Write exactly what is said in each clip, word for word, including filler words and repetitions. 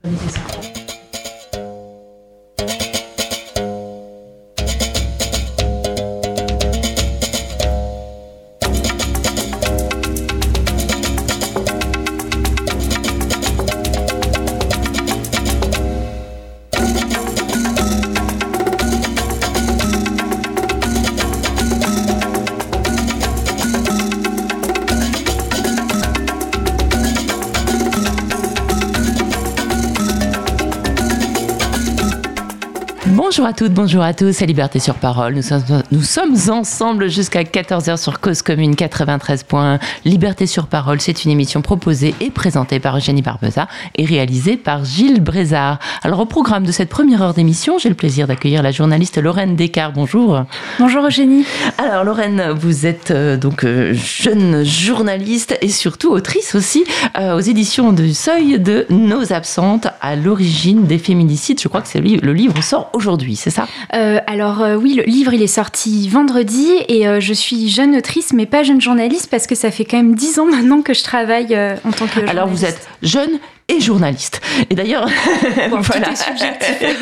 Bonjour à toutes, bonjour à tous, c'est Liberté sur Parole. Nous sommes, nous sommes ensemble jusqu'à quatorze heures sur Cause Commune quatre-vingt-treize point un. Liberté sur Parole, c'est une émission proposée et présentée par Eugénie Barbeza et réalisée par Gilles Brézard. Alors au programme de cette première heure d'émission, j'ai le plaisir d'accueillir la journaliste Lorraine Descartes. Bonjour. Bonjour Eugénie. Alors Lorraine, vous êtes euh, donc euh, jeune journaliste et surtout autrice aussi euh, aux éditions du Seuil de Nos Absentes, à l'origine des féminicides. Je crois que c'est le, le livre sort aujourd'hui. C'est ça euh, Alors euh, oui, le livre il est sorti vendredi et euh, je suis jeune autrice mais pas jeune journaliste parce que ça fait quand même dix ans maintenant que je travaille euh, en tant que journaliste. Alors vous êtes jeune et journaliste. Et d'ailleurs, bon, voilà. Tout est subjectif.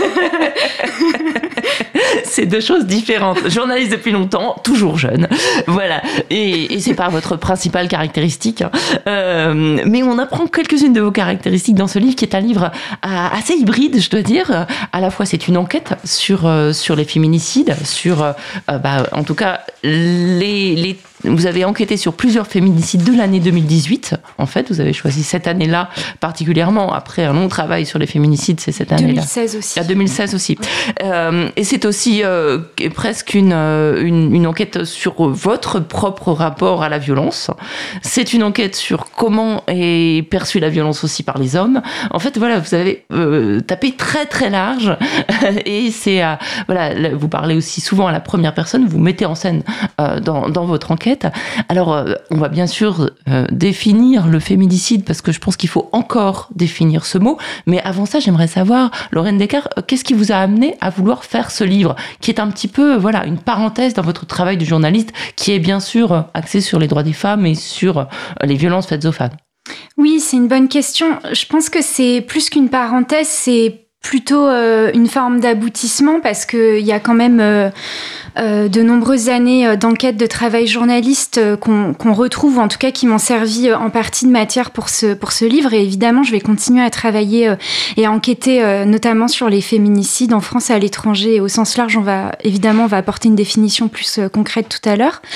C'est deux choses différentes. Journaliste depuis longtemps, toujours jeune. Voilà. Et, et c'est pas votre principale caractéristique. Hein. Euh, mais on apprend quelques-unes de vos caractéristiques dans ce livre qui est un livre assez hybride, je dois dire. À la fois, c'est une enquête sur, euh, sur les féminicides, sur, euh, bah, en tout cas, les, les vous avez enquêté sur plusieurs féminicides de l'année deux mille dix-huit. En fait, vous avez choisi cette année-là particulièrement. Après un long travail sur les féminicides, c'est cette année-là. deux mille seize aussi. Ah, deux mille seize aussi. Euh, et c'est aussi euh, presque une, une, une enquête sur votre propre rapport à la violence. C'est une enquête sur comment est perçue la violence aussi par les hommes. En fait, voilà, vous avez euh, tapé très très large. Et c'est, euh, voilà, vous parlez aussi souvent à la première personne. Vous mettez en scène euh, dans, dans votre enquête. Alors, euh, on va bien sûr euh, définir le féminicide parce que je pense qu'il faut encore définir ce mot. Mais avant ça, j'aimerais savoir, Lorraine Descartes, euh, qu'est-ce qui vous a amené à vouloir faire ce livre, qui est un petit peu, voilà, une parenthèse dans votre travail de journaliste, qui est bien sûr axé sur les droits des femmes et sur euh, les violences faites aux femmes. Oui, c'est une bonne question. Je pense que c'est plus qu'une parenthèse, c'est plutôt euh, une forme d'aboutissement parce qu'il y a quand même euh, euh, de nombreuses années d'enquête de travail journaliste euh, qu'on, qu'on retrouve, ou en tout cas qui m'ont servi en partie de matière pour ce, pour ce livre. Et évidemment, je vais continuer à travailler euh, et à enquêter euh, notamment sur les féminicides en France et à l'étranger. Et au sens large, on va, évidemment, on va apporter une définition plus euh, concrète tout à l'heure.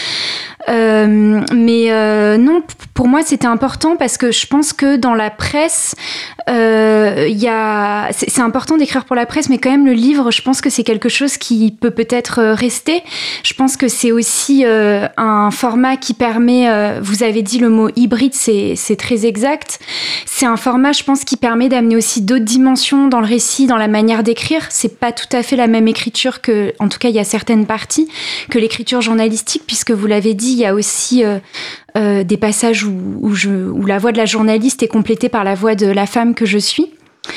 Euh, mais euh, non, pour moi, c'était important parce que je pense que dans la presse, euh, y a, c'est, c'est important d'écrire pour la presse, mais quand même, le livre, je pense que c'est quelque chose qui peut peut-être rester. Je pense que c'est aussi euh, un format qui permet, euh, vous avez dit le mot hybride, c'est, c'est très exact. C'est un format, je pense, qui permet d'amener aussi d'autres dimensions dans le récit, dans la manière d'écrire. C'est pas tout à fait la même écriture que, en tout cas, il y a certaines parties, que l'écriture journalistique, puisque vous l'avez dit, il y a aussi euh, euh, des passages où, où, je, où la voix de la journaliste est complétée par la voix de la femme que je suis.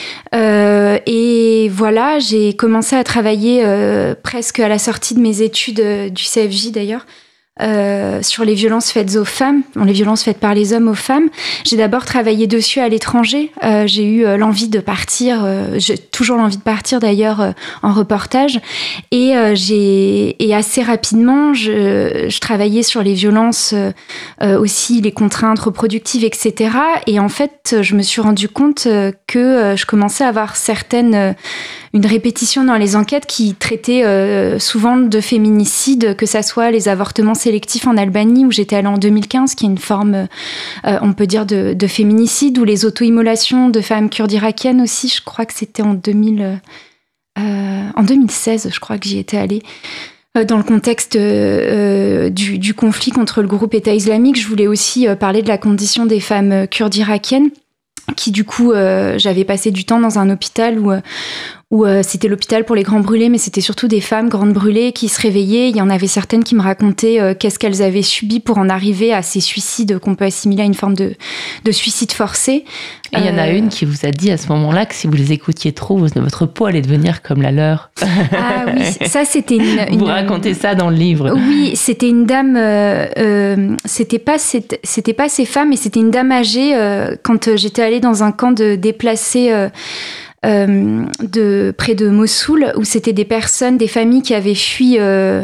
Euh, et voilà, j'ai commencé à travailler euh, presque à la sortie de mes études euh, du C F J d'ailleurs, Euh, sur les violences faites aux femmes, les violences faites par les hommes aux femmes. J'ai d'abord travaillé dessus à l'étranger. Euh, j'ai eu euh, l'envie de partir, euh, j'ai toujours l'envie de partir d'ailleurs euh, en reportage. Et, euh, j'ai, et assez rapidement, je, je travaillais sur les violences, euh, euh, aussi les contraintes reproductives, et cetera. Et en fait, je me suis rendu compte euh, que euh, je commençais à avoir certaines... Euh, une répétition dans les enquêtes qui traitaient euh, souvent de féminicide, que ça soit les avortements sélectifs en Albanie, où j'étais allée en deux mille quinze, qui est une forme, euh, on peut dire, de, de féminicide, ou les auto-immolations de femmes kurdes irakiennes aussi, je crois que c'était en, deux mille, euh, en deux mille seize, je crois que j'y étais allée. Dans le contexte euh, du, du conflit contre le groupe État islamique, je voulais aussi euh, parler de la condition des femmes kurdes irakiennes, qui du coup, euh, j'avais passé du temps dans un hôpital où... Euh, où euh, c'était l'hôpital pour les grands brûlés, mais c'était surtout des femmes grandes brûlées qui se réveillaient. Il y en avait certaines qui me racontaient euh, qu'est-ce qu'elles avaient subi pour en arriver à ces suicides qu'on peut assimiler à une forme de, de suicide forcé. Et il y en a euh... une qui vous a dit à ce moment-là que si vous les écoutiez trop, votre peau allait devenir comme la leur. Ah oui, ça c'était une... une... Vous racontez ça dans le livre. Oui, c'était une dame, euh, euh, c'était pas, c'était, c'était pas ces femmes, mais c'était une dame âgée euh, quand j'étais allée dans un camp de déplacés euh, euh, de, près de Mossoul, où c'était des personnes, des familles qui avaient fui... Euh,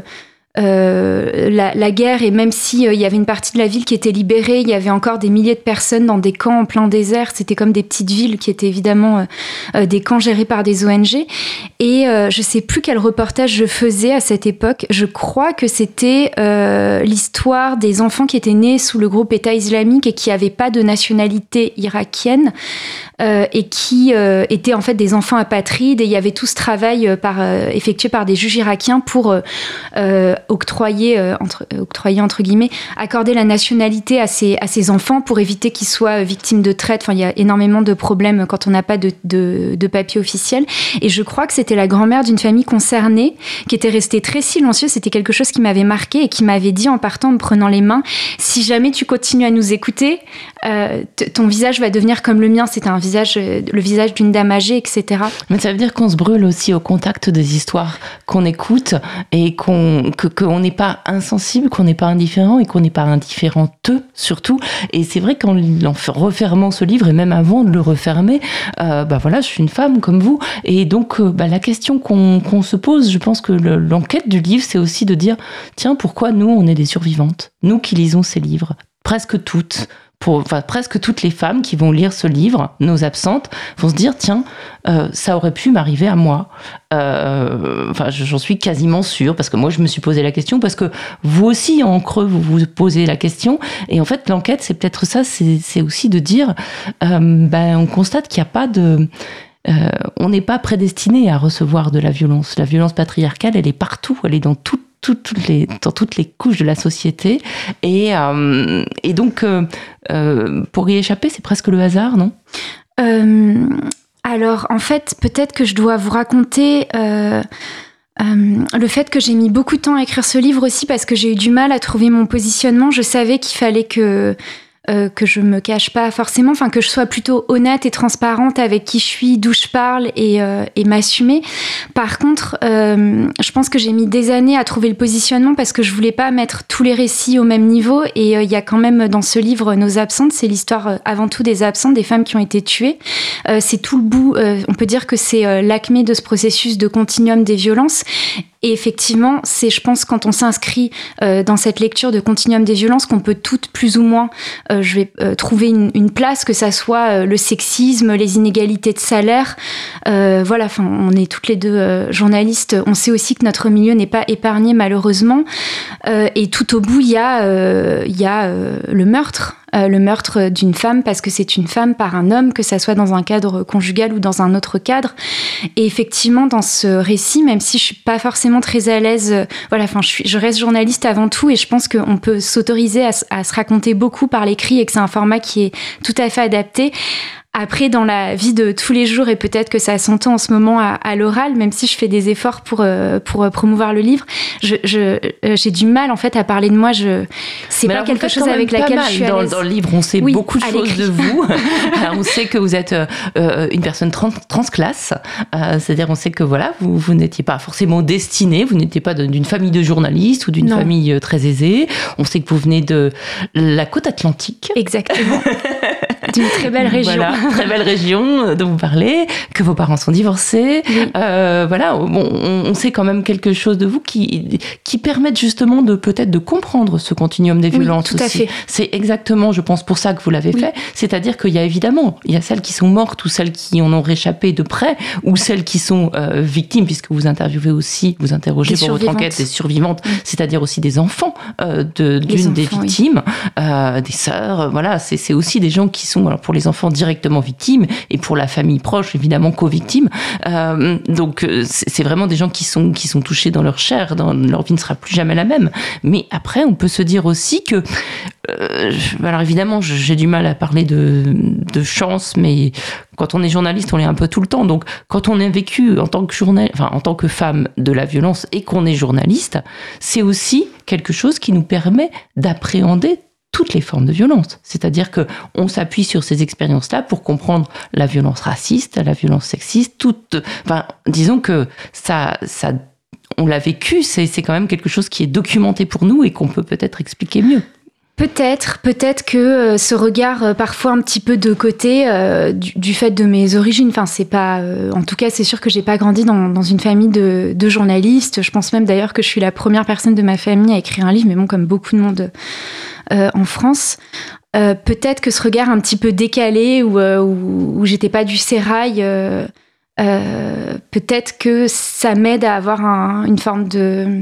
Euh, la, la guerre, et même si euh, il y avait une partie de la ville qui était libérée, il y avait encore des milliers de personnes dans des camps en plein désert. C'était comme des petites villes qui étaient évidemment euh, euh, des camps gérés par des O N G. Et euh, je sais plus quel reportage je faisais à cette époque. Je crois que c'était euh, l'histoire des enfants qui étaient nés sous le groupe État islamique et qui n'avaient pas de nationalité irakienne euh, et qui euh, étaient en fait des enfants apatrides. Et il y avait tout ce travail euh, par, euh, effectué par des juges irakiens pour euh, euh, octroyer, euh, entre, octroyer entre guillemets, accorder la nationalité à ces, à ces enfants pour éviter qu'ils soient victimes de traite. Enfin, il y a énormément de problèmes quand on n'a pas de, de, de papier officiel. Et je crois que c'était la grand-mère d'une famille concernée qui était restée très silencieuse. C'était quelque chose qui m'avait marqué et qui m'avait dit en partant, en me prenant les mains, si jamais tu continues à nous écouter, euh, t- ton visage va devenir comme le mien. C'était un visage, le visage d'une dame âgée, et cetera. Mais ça veut dire qu'on se brûle aussi au contact des histoires qu'on écoute et qu'on, que, qu'on n'est pas insensible, qu'on n'est pas indifférent et qu'on n'est pas indifférenteux surtout. Et c'est vrai qu'en en refermant ce livre et même avant de le refermer, euh, bah voilà, je suis une femme comme vous. Et donc euh, bah, la question qu'on, qu'on se pose, je pense que le, l'enquête du livre, c'est aussi de dire, tiens, pourquoi nous, on est des survivantes ? Nous qui lisons ces livres, presque toutes. Pour, enfin, presque toutes les femmes qui vont lire ce livre, nos absentes, vont se dire, tiens, euh, ça aurait pu m'arriver à moi. Euh, enfin, j'en suis quasiment sûre, parce que moi, je me suis posé la question, parce que vous aussi, en creux, vous vous posez la question. Et en fait, l'enquête, c'est peut-être ça, c'est, c'est aussi de dire, euh, ben, on constate qu'il n'y a pas de... Euh, on n'est pas prédestiné à recevoir de la violence. La violence patriarcale, elle est partout, elle est dans toute Toutes, toutes les, dans toutes les couches de la société. Et, euh, et donc, euh, euh, pour y échapper, c'est presque le hasard, non ? euh, Alors, en fait, peut-être que je dois vous raconter euh, euh, le fait que j'ai mis beaucoup de temps à écrire ce livre aussi, parce que j'ai eu du mal à trouver mon positionnement. Je savais qu'il fallait que... Euh, que je me cache pas forcément, enfin que je sois plutôt honnête et transparente avec qui je suis, d'où je parle et, euh, et m'assumer. Par contre, euh, je pense que j'ai mis des années à trouver le positionnement parce que je voulais pas mettre tous les récits au même niveau. Et il euh, y a quand même dans ce livre Nos absentes, c'est l'histoire euh, avant tout des absentes, des femmes qui ont été tuées. Euh, c'est tout le bout. Euh, on peut dire que c'est euh, l'acmé de ce processus de continuum des violences. Et effectivement, c'est, je pense, quand on s'inscrit euh, dans cette lecture de continuum des violences, qu'on peut toutes plus ou moins, euh, je vais euh, trouver une, une place, que ça soit euh, le sexisme, les inégalités de salaire. Euh, voilà, enfin, on est toutes les deux euh, journalistes. On sait aussi que notre milieu n'est pas épargné, malheureusement. Euh, et tout au bout, il y a, euh, il y a euh, le meurtre. Euh, le meurtre d'une femme parce que c'est une femme par un homme, que ça soit dans un cadre conjugal ou dans un autre cadre. Et effectivement, dans ce récit, même si je suis pas forcément très à l'aise, euh, voilà, enfin, je, suis, je reste journaliste avant tout et je pense qu'on peut s'autoriser à, à se raconter beaucoup par l'écrit et que c'est un format qui est tout à fait adapté. Après, dans la vie de tous les jours, et peut-être que ça s'entend en ce moment à, à l'oral, même si je fais des efforts pour, euh, pour promouvoir le livre, je, je, euh, j'ai du mal en fait à parler de moi. Je, c'est Mais pas alors, quelque chose avec laquelle je suis à dans, l'aise. Dans le livre, on sait oui, beaucoup de choses l'écrit. de vous. On sait que vous êtes euh, une personne trans, transclasse, euh, c'est-à-dire on sait que voilà, vous, vous n'étiez pas forcément destinée, vous n'étiez pas d'une famille de journalistes ou d'une non. famille très aisée. On sait que vous venez de la côte atlantique. Exactement. D'une très belle région. Voilà, très belle région dont vous parlez, que vos parents sont divorcés. Oui. Euh, voilà, bon, on, on sait quand même quelque chose de vous qui, qui permettent justement de peut-être de comprendre ce continuum des violences oui, tout aussi. À fait. C'est exactement, je pense, pour ça que vous l'avez oui. fait. C'est-à-dire qu'il y a évidemment, il y a celles qui sont mortes ou celles qui en ont réchappé de près ou celles qui sont euh, victimes, puisque vous interviewez aussi, vous interrogez des pour votre enquête des survivantes, oui. c'est-à-dire aussi des enfants euh, de, d'une enfants, des victimes, oui. euh, des sœurs. Voilà, c'est, c'est aussi des gens qui sont alors pour les enfants directement victimes et pour la famille proche, évidemment, co-victime. Euh, donc, c'est, c'est vraiment des gens qui sont, qui sont touchés dans leur chair, dans, leur vie ne sera plus jamais la même. Mais après, on peut se dire aussi que, euh, alors évidemment, j'ai du mal à parler de, de chance, mais quand on est journaliste, on l'est un peu tout le temps. Donc, quand on a vécu en tant que journal, enfin, en tant que femme de la violence et qu'on est journaliste, c'est aussi quelque chose qui nous permet d'appréhender toutes les formes de violence. C'est-à-dire que on s'appuie sur ces expériences-là pour comprendre la violence raciste, la violence sexiste, toute, enfin, disons que ça, ça, on l'a vécu, c'est, c'est quand même quelque chose qui est documenté pour nous et qu'on peut peut-être expliquer mieux. Peut-être, peut-être que euh, ce regard euh, parfois un petit peu de côté euh, du, du fait de mes origines. Enfin, c'est pas. Euh, en tout cas, c'est sûr que j'ai pas grandi dans, dans une famille de, de journalistes. Je pense même d'ailleurs que je suis la première personne de ma famille à écrire un livre, mais bon, comme beaucoup de monde euh, en France. Euh, peut-être que ce regard un petit peu décalé où, euh, où, où j'étais pas du sérail. Euh, euh, peut-être que ça m'aide à avoir un, une forme de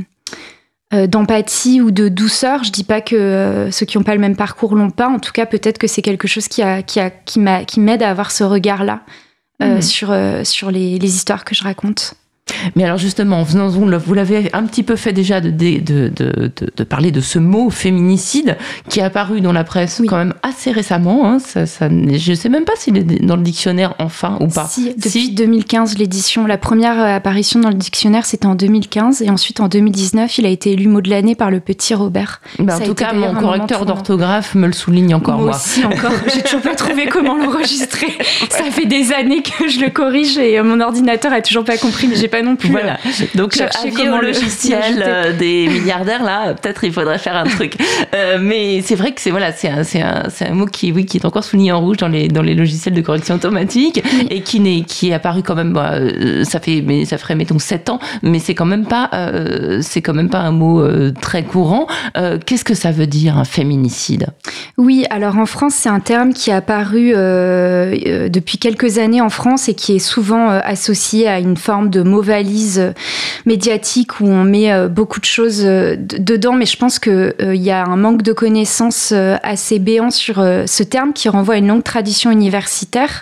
d'empathie ou de douceur. Je dis pas que euh, ceux qui n'ont pas le même parcours l'ont pas. En tout cas, peut-être que c'est quelque chose qui, a, qui, a, qui, m'a, qui m'aide à avoir ce regard-là euh, mmh. sur, euh, sur les, les histoires que je raconte. Mais alors justement, vous l'avez un petit peu fait déjà de, de, de, de, de parler de ce mot féminicide qui est apparu dans la presse oui. quand même assez récemment. Hein. Ça, ça, je ne sais même pas s'il est dans le dictionnaire enfin ou pas. Si, depuis si. deux mille quinze, l'édition, la première apparition dans le dictionnaire, c'était en deux mille quinze et ensuite en deux mille dix-neuf, il a été élu mot de l'année par le petit Robert. Ben, en tout cas, mon correcteur d'orthographe me le souligne encore. Moi, moi. aussi, encore. J'ai toujours pas trouvé comment l'enregistrer. Ouais. Ça fait des années que je le corrige et mon ordinateur a toujours pas compris, mais j'ai pas non plus. Voilà. Donc, avis au logiciel le... des milliardaires, là, peut-être il faudrait faire un truc. Euh, mais c'est vrai que c'est, voilà, c'est, un, c'est, un, c'est un mot qui, oui, qui est encore souligné en rouge dans les, dans les logiciels de correction automatique oui. et qui, n'est, qui est apparu quand même, bah, ça, fait, mais, ça ferait, mettons, sept ans, mais c'est quand même pas, euh, c'est quand même pas un mot euh, très courant. Euh, qu'est-ce que ça veut dire, un féminicide ? Oui, alors en France, c'est un terme qui est apparu euh, euh, depuis quelques années en France et qui est souvent euh, associé à une forme de mot valise médiatique où on met euh, beaucoup de choses euh, d- dedans, mais je pense qu'il euh, y a un manque de connaissances euh, assez béant sur euh, ce terme qui renvoie à une longue tradition universitaire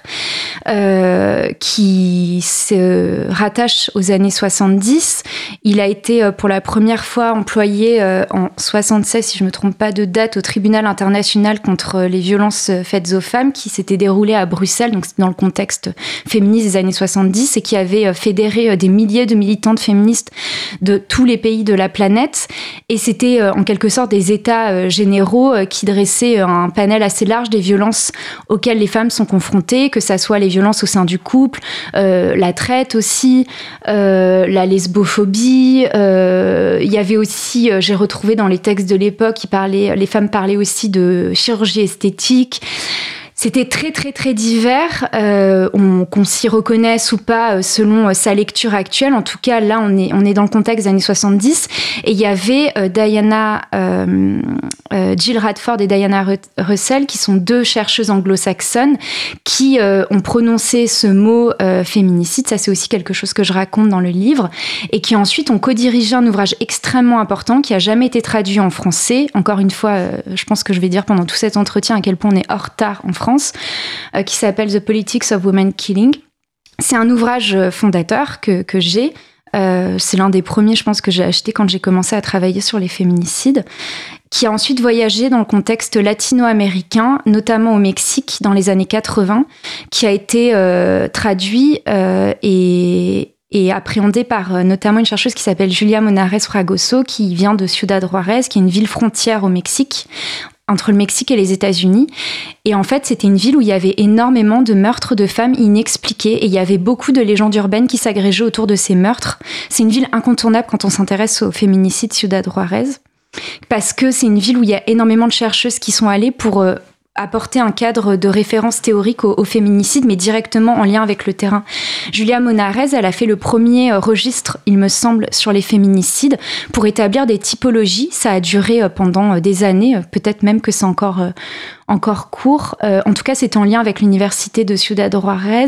euh, qui se rattache aux années soixante-dix. Il a été euh, pour la première fois employé euh, en soixante-seize, si je ne me trompe pas de date, au tribunal international contre les violences faites aux femmes qui s'était déroulé à Bruxelles, donc c'était dans le contexte féministe des années soixante-dix et qui avait euh, fédéré euh, des milliers de militantes féministes de tous les pays de la planète. Et c'était euh, en quelque sorte des états euh, généraux euh, qui dressaient euh, un panel assez large des violences auxquelles les femmes sont confrontées, que ça soit les violences au sein du couple, euh, la traite aussi, euh, la lesbophobie. Euh, il y avait aussi, euh, j'ai retrouvé dans les textes de l'époque, il parlait, les femmes parlaient aussi de chirurgie esthétique. C'était très, très, très divers, euh, on, qu'on s'y reconnaisse ou pas selon euh, sa lecture actuelle. En tout cas, là, on est, on est dans le contexte des années soixante-dix. Et il y avait euh, Diana, euh, euh, Jill Radford et Diana Russell, qui sont deux chercheuses anglo-saxonnes, qui euh, ont prononcé ce mot euh, féminicide. Ça, c'est aussi quelque chose que je raconte dans le livre. Et qui ensuite ont co-dirigé un ouvrage extrêmement important qui n'a jamais été traduit en français. Encore une fois, euh, je pense que je vais dire pendant tout cet entretien à quel point on est en retard en France. Euh, qui s'appelle The Politics of Women Killing. C'est un ouvrage fondateur que, que j'ai. Euh, c'est l'un des premiers, je pense, que j'ai acheté quand j'ai commencé à travailler sur les féminicides, qui a ensuite voyagé dans le contexte latino-américain, notamment au Mexique, dans les années quatre-vingts, qui a été euh, traduit euh, et... et appréhendé par euh, notamment une chercheuse qui s'appelle Julia Monares Fragoso, qui vient de Ciudad Juárez, qui est une ville frontière au Mexique, entre le Mexique et les États-Unis. Et en fait, c'était une ville où il y avait énormément de meurtres de femmes inexpliqués et il y avait beaucoup de légendes urbaines qui s'agrégeaient autour de ces meurtres. C'est une ville incontournable quand on s'intéresse au féminicide Ciudad Juárez, parce que c'est une ville où il y a énormément de chercheuses qui sont allées pour euh, apporter un cadre de référence théorique au, au féminicide, mais directement en lien avec le terrain. Julia Monares, elle a fait le premier registre, il me semble, sur les féminicides pour établir des typologies. Ça a duré pendant des années, peut-être même que c'est encore, encore court. Euh, en tout cas, c'était en lien avec l'université de Ciudad Juárez.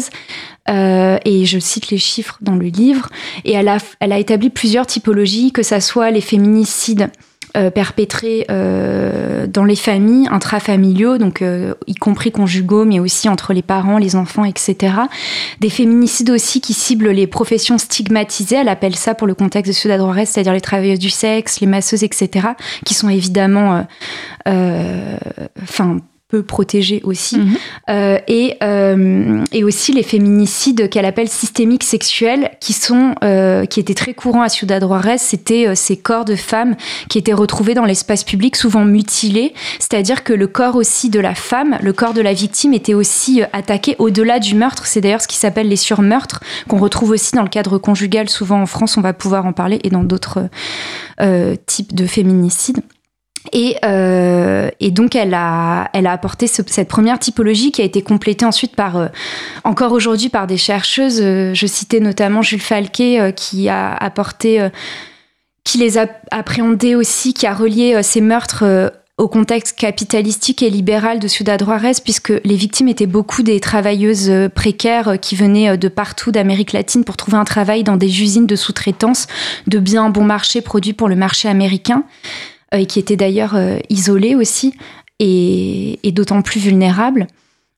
Euh, et je cite les chiffres dans le livre. Et elle a, elle a établi plusieurs typologies, que ça soit les féminicides euh, perpétrés euh, dans les familles, intrafamiliaux, donc euh, y compris conjugaux, mais aussi entre les parents, les enfants, et cetera. Des féminicides aussi qui ciblent les professions stigmatisées, elle appelle ça pour le contexte de Ciudad Juárez, c'est-à-dire les travailleuses du sexe, les masseuses, et cetera, qui sont évidemment... Euh, enfin... Euh, peu protégés aussi, mmh. euh, et, euh, et aussi les féminicides qu'elle appelle systémiques sexuels, qui, sont, euh, qui étaient très courants à Ciudad Juárez. C'était euh, ces corps de femmes qui étaient retrouvés dans l'espace public, souvent mutilés, c'est-à-dire que le corps aussi de la femme, le corps de la victime était aussi euh, attaqué au-delà du meurtre. C'est d'ailleurs ce qui s'appelle les surmeurtres, qu'on retrouve aussi dans le cadre conjugal, souvent en France, on va pouvoir en parler, et dans d'autres euh, types de féminicides. Et, euh, et donc, elle a, elle a apporté ce, cette première typologie qui a été complétée ensuite par, euh, encore aujourd'hui, par des chercheuses. Euh, je citais notamment Jules Falquet, euh, qui a apporté, euh, qui les a appréhendés aussi, qui a relié euh, ces meurtres euh, au contexte capitalistique et libéral de Ciudad Juárez, puisque les victimes étaient beaucoup des travailleuses précaires qui venaient de partout d'Amérique latine pour trouver un travail dans des usines de sous-traitance de biens bon marché produits pour le marché américain, et qui étaient d'ailleurs euh, isolés aussi, et, et d'autant plus vulnérables.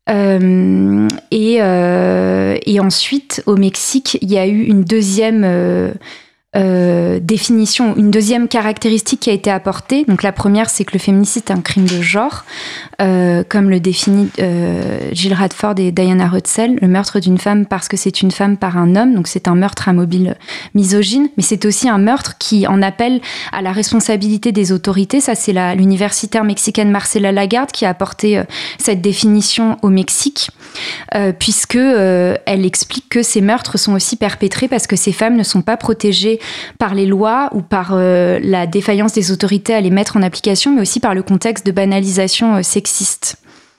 Euh, et, euh, et ensuite, au Mexique, il y a eu une deuxième euh, euh, définition, une deuxième caractéristique qui a été apportée. Donc la première, c'est que le féminicide est un crime de genre, euh, comme le définit euh, Jill Radford et Diana Russell, le meurtre d'une femme parce que c'est une femme par un homme. Donc c'est un meurtre à mobile misogyne, mais c'est aussi un meurtre qui en appelle à la responsabilité des autorités. Ça, c'est la, l'universitaire mexicaine Marcela Lagarde qui a apporté euh, cette définition au Mexique, euh, puisque euh, elle explique que ces meurtres sont aussi perpétrés parce que ces femmes ne sont pas protégées par les lois ou par euh, la défaillance des autorités à les mettre en application, mais aussi par le contexte de banalisation euh, sexiste.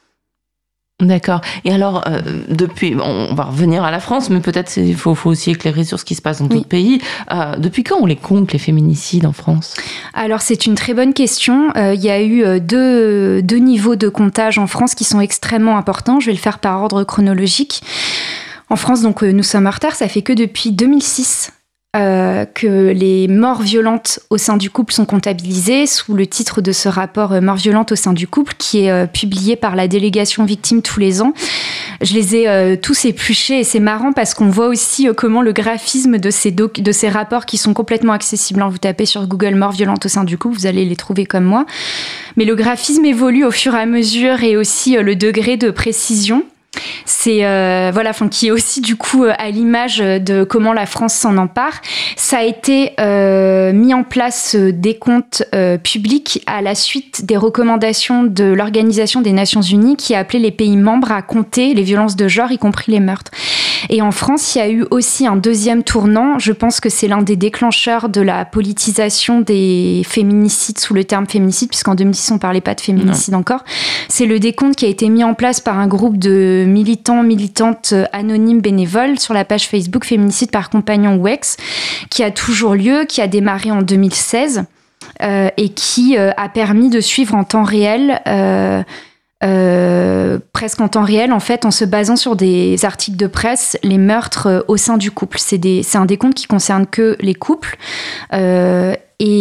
D'accord. Et alors, euh, depuis, on va revenir à la France, mais peut-être il faut, faut aussi éclairer sur ce qui se passe dans oui. d'autres pays. Euh, depuis quand on les compte, les féminicides en France ? Alors, c'est une très bonne question. Il euh, y a eu deux, deux niveaux de comptage en France qui sont extrêmement importants. Je vais le faire par ordre chronologique. En France, donc, euh, nous sommes en retard. Ça fait que depuis deux mille six Euh, que les morts violentes au sein du couple sont comptabilisées sous le titre de ce rapport euh, « Morts violentes au sein du couple » qui est euh, publié par la délégation victime tous les ans. Je les ai euh, tous épluchés et c'est marrant parce qu'on voit aussi euh, comment le graphisme de ces, doc- de ces rapports qui sont complètement accessibles. Hein, vous tapez sur Google « Morts violentes au sein du couple », vous allez les trouver comme moi. Mais le graphisme évolue au fur et à mesure et aussi euh, le degré de précision. C'est euh, voilà, enfin qui est aussi du coup euh, à l'image de comment la France s'en empare. Ça a été euh, mis en place euh, des comptes euh, publics à la suite des recommandations de l'Organisation des Nations Unies qui a appelé les pays membres à compter les violences de genre, y compris les meurtres. Et en France, il y a eu aussi un deuxième tournant. Je pense que c'est l'un des déclencheurs de la politisation des féminicides sous le terme féminicide, puisqu'en deux mille six, on ne parlait pas de féminicide non. encore. C'est le décompte qui a été mis en place par un groupe de militants, militantes anonymes bénévoles sur la page Facebook Féminicide par compagnon ou ex, qui a toujours lieu, qui a démarré en deux mille seize euh, et qui euh, a permis de suivre en temps réel... Euh, Euh, presque en temps réel, en fait, en se basant sur des articles de presse, les meurtres euh, au sein du couple. C'est, des, c'est un décompte qui concerne que les couples euh,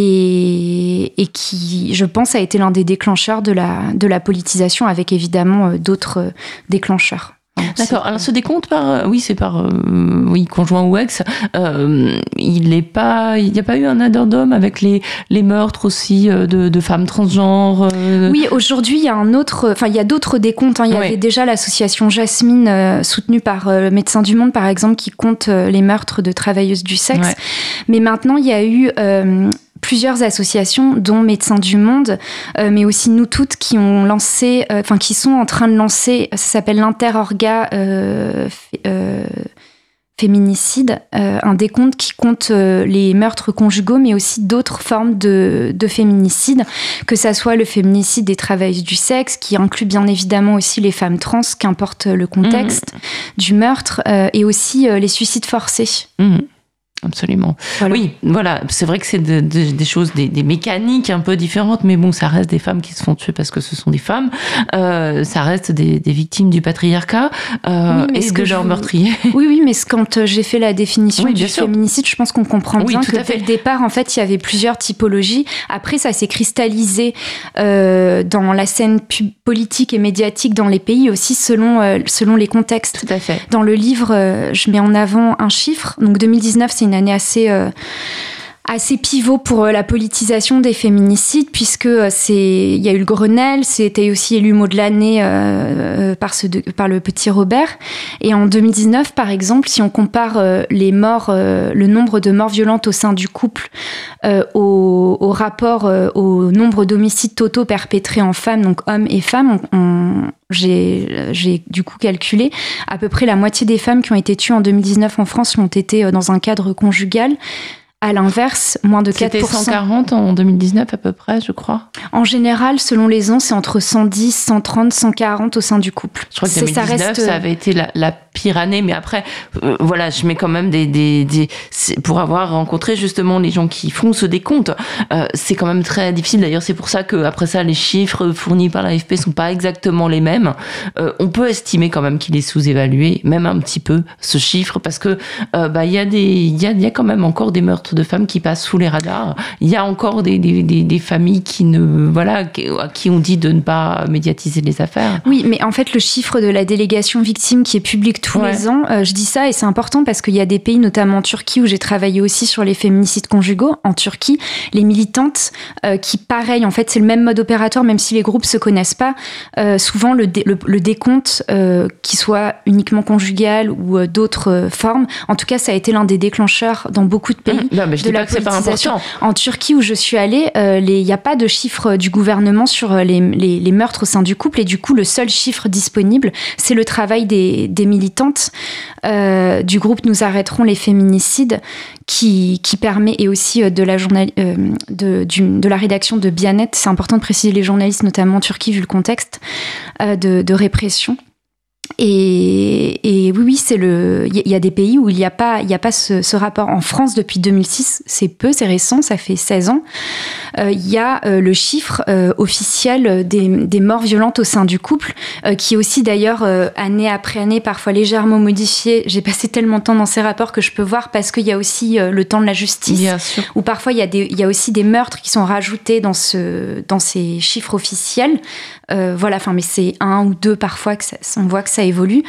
et, et qui, je pense, a été l'un des déclencheurs de la, de la politisation, avec évidemment euh, d'autres euh, déclencheurs. D'accord. Alors ce décompte par, oui, c'est par, euh, oui, conjoint ou ex. Euh, il n'est pas, il n'y a pas eu un addendum avec les les meurtres aussi de, de femmes transgenres. Euh... Oui, aujourd'hui il y a un autre, enfin il y a d'autres décomptes. Hein. Il y oui. avait déjà l'association Jasmine euh, soutenue par euh, Médecins du Monde par exemple qui compte euh, les meurtres de travailleuses du sexe. Ouais. Mais maintenant il y a eu euh, plusieurs associations, dont Médecins du Monde, euh, mais aussi nous toutes, qui ont lancé, enfin euh, qui sont en train de lancer, ça s'appelle l'Interorga euh, euh, féminicide, euh, un décompte qui compte euh, les meurtres conjugaux, mais aussi d'autres formes de, de féminicide, que ça soit le féminicide des travailleuses du sexe, qui inclut bien évidemment aussi les femmes trans, qu'importe le contexte mmh. du meurtre, euh, et aussi euh, les suicides forcés. Mmh. Absolument. Voilà. Oui, voilà. C'est vrai que c'est de, de, des choses, des, des mécaniques un peu différentes, mais bon, ça reste des femmes qui se font tuer parce que ce sont des femmes. Euh, ça reste des, des victimes du patriarcat euh, oui, et de leurs vous... meurtriers. Oui, oui, mais quand j'ai fait la définition oui, du féminicide, je pense qu'on comprend oui, bien que dès le départ, en fait, il y avait plusieurs typologies. Après, ça s'est cristallisé euh, dans la scène politique et médiatique dans les pays aussi selon euh, selon les contextes. Tout à fait. Dans le livre, euh, je mets en avant un chiffre. Donc deux mille dix-neuf, c'est une année assez euh, assez pivot pour euh, la politisation des féminicides, puisque euh, c'est il y a eu le Grenelle, c'était aussi élu mot de l'année euh, par ce de, par le petit Robert. Et en deux mille dix-neuf, par exemple, si on compare euh, les morts, euh, le nombre de morts violentes au sein du couple euh, au, au rapport euh, au nombre d'homicides totaux perpétrés en femmes, donc hommes et femmes, on, on J'ai, j'ai du coup calculé à peu près la moitié des femmes qui ont été tuées en deux mille dix-neuf en France l'ont été dans un cadre conjugal. À l'inverse, moins de quatre pour cent. C'était cent quarante en deux mille dix-neuf à peu près, je crois. En général, selon les ans, c'est entre cent dix, cent trente, cent quarante au sein du couple. Je crois que deux mille dix-neuf, ça, reste... ça avait été la, la pire année. Mais après, euh, voilà, je mets quand même des... des, des pour avoir rencontré justement les gens qui font ce décompte, euh, c'est quand même très difficile. D'ailleurs, c'est pour ça qu'après ça, les chiffres fournis par l'A F P sont pas exactement les mêmes. Euh, on peut estimer quand même qu'il est sous-évalué, même un petit peu, ce chiffre, parce que euh, bah, y a des, il y a, y a quand même encore des meurtres de femmes qui passent sous les radars. Il y a encore des, des, des, des familles qui ne, voilà, à qui on dit de ne pas médiatiser les affaires. Oui, mais en fait, le chiffre de la délégation victime qui est public tous ouais. les ans, euh, je dis ça et c'est important parce qu'il y a des pays, notamment en Turquie, où j'ai travaillé aussi sur les féminicides conjugaux. En Turquie, les militantes euh, qui, pareil, en fait, c'est le même mode opératoire, même si les groupes se connaissent pas, euh, souvent le, dé, le, le décompte, euh, qui soit uniquement conjugal ou euh, d'autres euh, formes, en tout cas, ça a été l'un des déclencheurs dans beaucoup de pays. Mmh. Non, mais je de la c'est pas important. En Turquie, où je suis allée, il euh, n'y a pas de chiffre du gouvernement sur les, les, les meurtres au sein du couple. Et du coup, le seul chiffre disponible, c'est le travail des, des militantes euh, du groupe Nous arrêterons les féminicides, qui, qui permet, et aussi de la, journal, euh, de, du, de la rédaction de Bianet, c'est important de préciser les journalistes, notamment en Turquie, vu le contexte euh, de, de répression. Et, et oui, oui, c'est le. Il y, y a des pays où il n'y a pas, il y a pas ce, ce rapport. En France, depuis deux mille six, c'est peu, c'est récent, ça fait seize ans. Euh, il y a euh, le chiffre euh, officiel des, des morts violentes au sein du couple, euh, qui est aussi d'ailleurs euh, année après année, parfois légèrement modifié. J'ai passé tellement de temps dans ces rapports que je peux voir parce qu'il y a aussi euh, le temps de la justice. Bien sûr. Où parfois il y a des, il y a aussi des meurtres qui sont rajoutés dans ce, dans ces chiffres officiels. Euh, voilà, enfin, mais c'est un ou deux parfois que ça, on voit que ça évolue.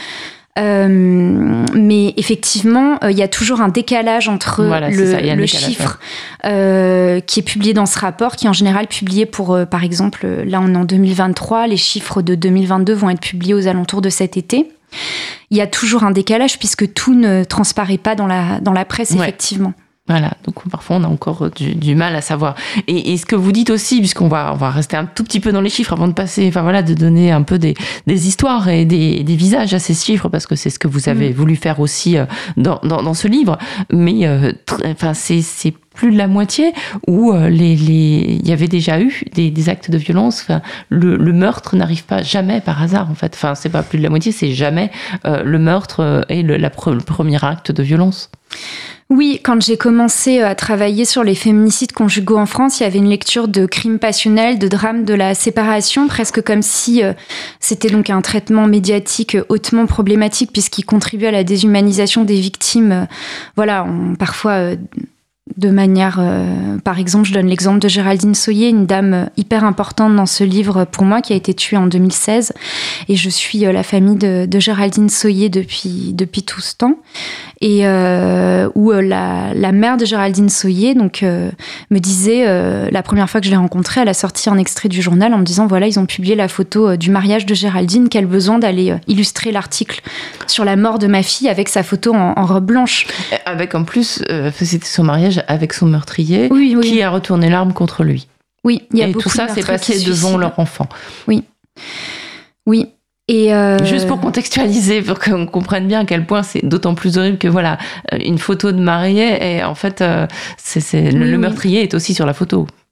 Euh, mais effectivement, il euh, y a toujours un décalage entre voilà, le, ça, le chiffre euh, qui est publié dans ce rapport, qui est en général publié pour, euh, par exemple, là on est en deux mille vingt-trois, les chiffres de deux mille vingt-deux vont être publiés aux alentours de cet été. Il y a toujours un décalage puisque tout ne transparaît pas dans la, dans la presse, ouais. effectivement. Voilà, donc parfois on a encore du, du mal à savoir. Et, et ce que vous dites aussi, puisqu'on va, on va rester un tout petit peu dans les chiffres avant de passer, enfin voilà, de donner un peu des, des histoires et des, des visages à ces chiffres, parce que c'est ce que vous avez mmh. voulu faire aussi dans, dans, dans ce livre. Mais euh, enfin, c'est, c'est plus de la moitié où euh, les, les, il y avait déjà eu des, des actes de violence. Enfin, le, le meurtre n'arrive pas jamais par hasard, en fait. Enfin, c'est pas plus de la moitié, c'est jamais euh, le meurtre et le, la pre, le premier acte de violence. Oui, quand j'ai commencé à travailler sur les féminicides conjugaux en France, il y avait une lecture de crimes passionnels, de drames de la séparation, presque comme si euh, c'était donc un traitement médiatique hautement problématique puisqu'il contribue à la déshumanisation des victimes. Euh, voilà, on, parfois euh, de manière... Euh, par exemple, je donne l'exemple de Géraldine Soyer, une dame hyper importante dans ce livre pour moi, qui a été tuée en deux mille seize. Et je suis euh, la famille de, de Géraldine Soyer depuis, depuis tout ce temps. Et euh, où euh, la, la mère de Géraldine Soyer donc, euh, me disait, euh, la première fois que je l'ai rencontrée, elle a sorti un extrait du journal en me disant, voilà, ils ont publié la photo euh, du mariage de Géraldine, quel besoin d'aller euh, illustrer l'article sur la mort de ma fille avec sa photo en, en robe blanche. Avec en plus, euh, c'était son mariage avec son meurtrier, oui, oui. qui a retourné l'arme contre lui. Oui, il y a et beaucoup tout ça de s'est passé devant leur enfant. Oui, oui. Et euh... Juste pour contextualiser, pour qu'on comprenne bien à quel point c'est d'autant plus horrible que voilà, une photo de mariée et en fait, c'est, c'est, le, oui, le meurtrier oui. est aussi sur la photo.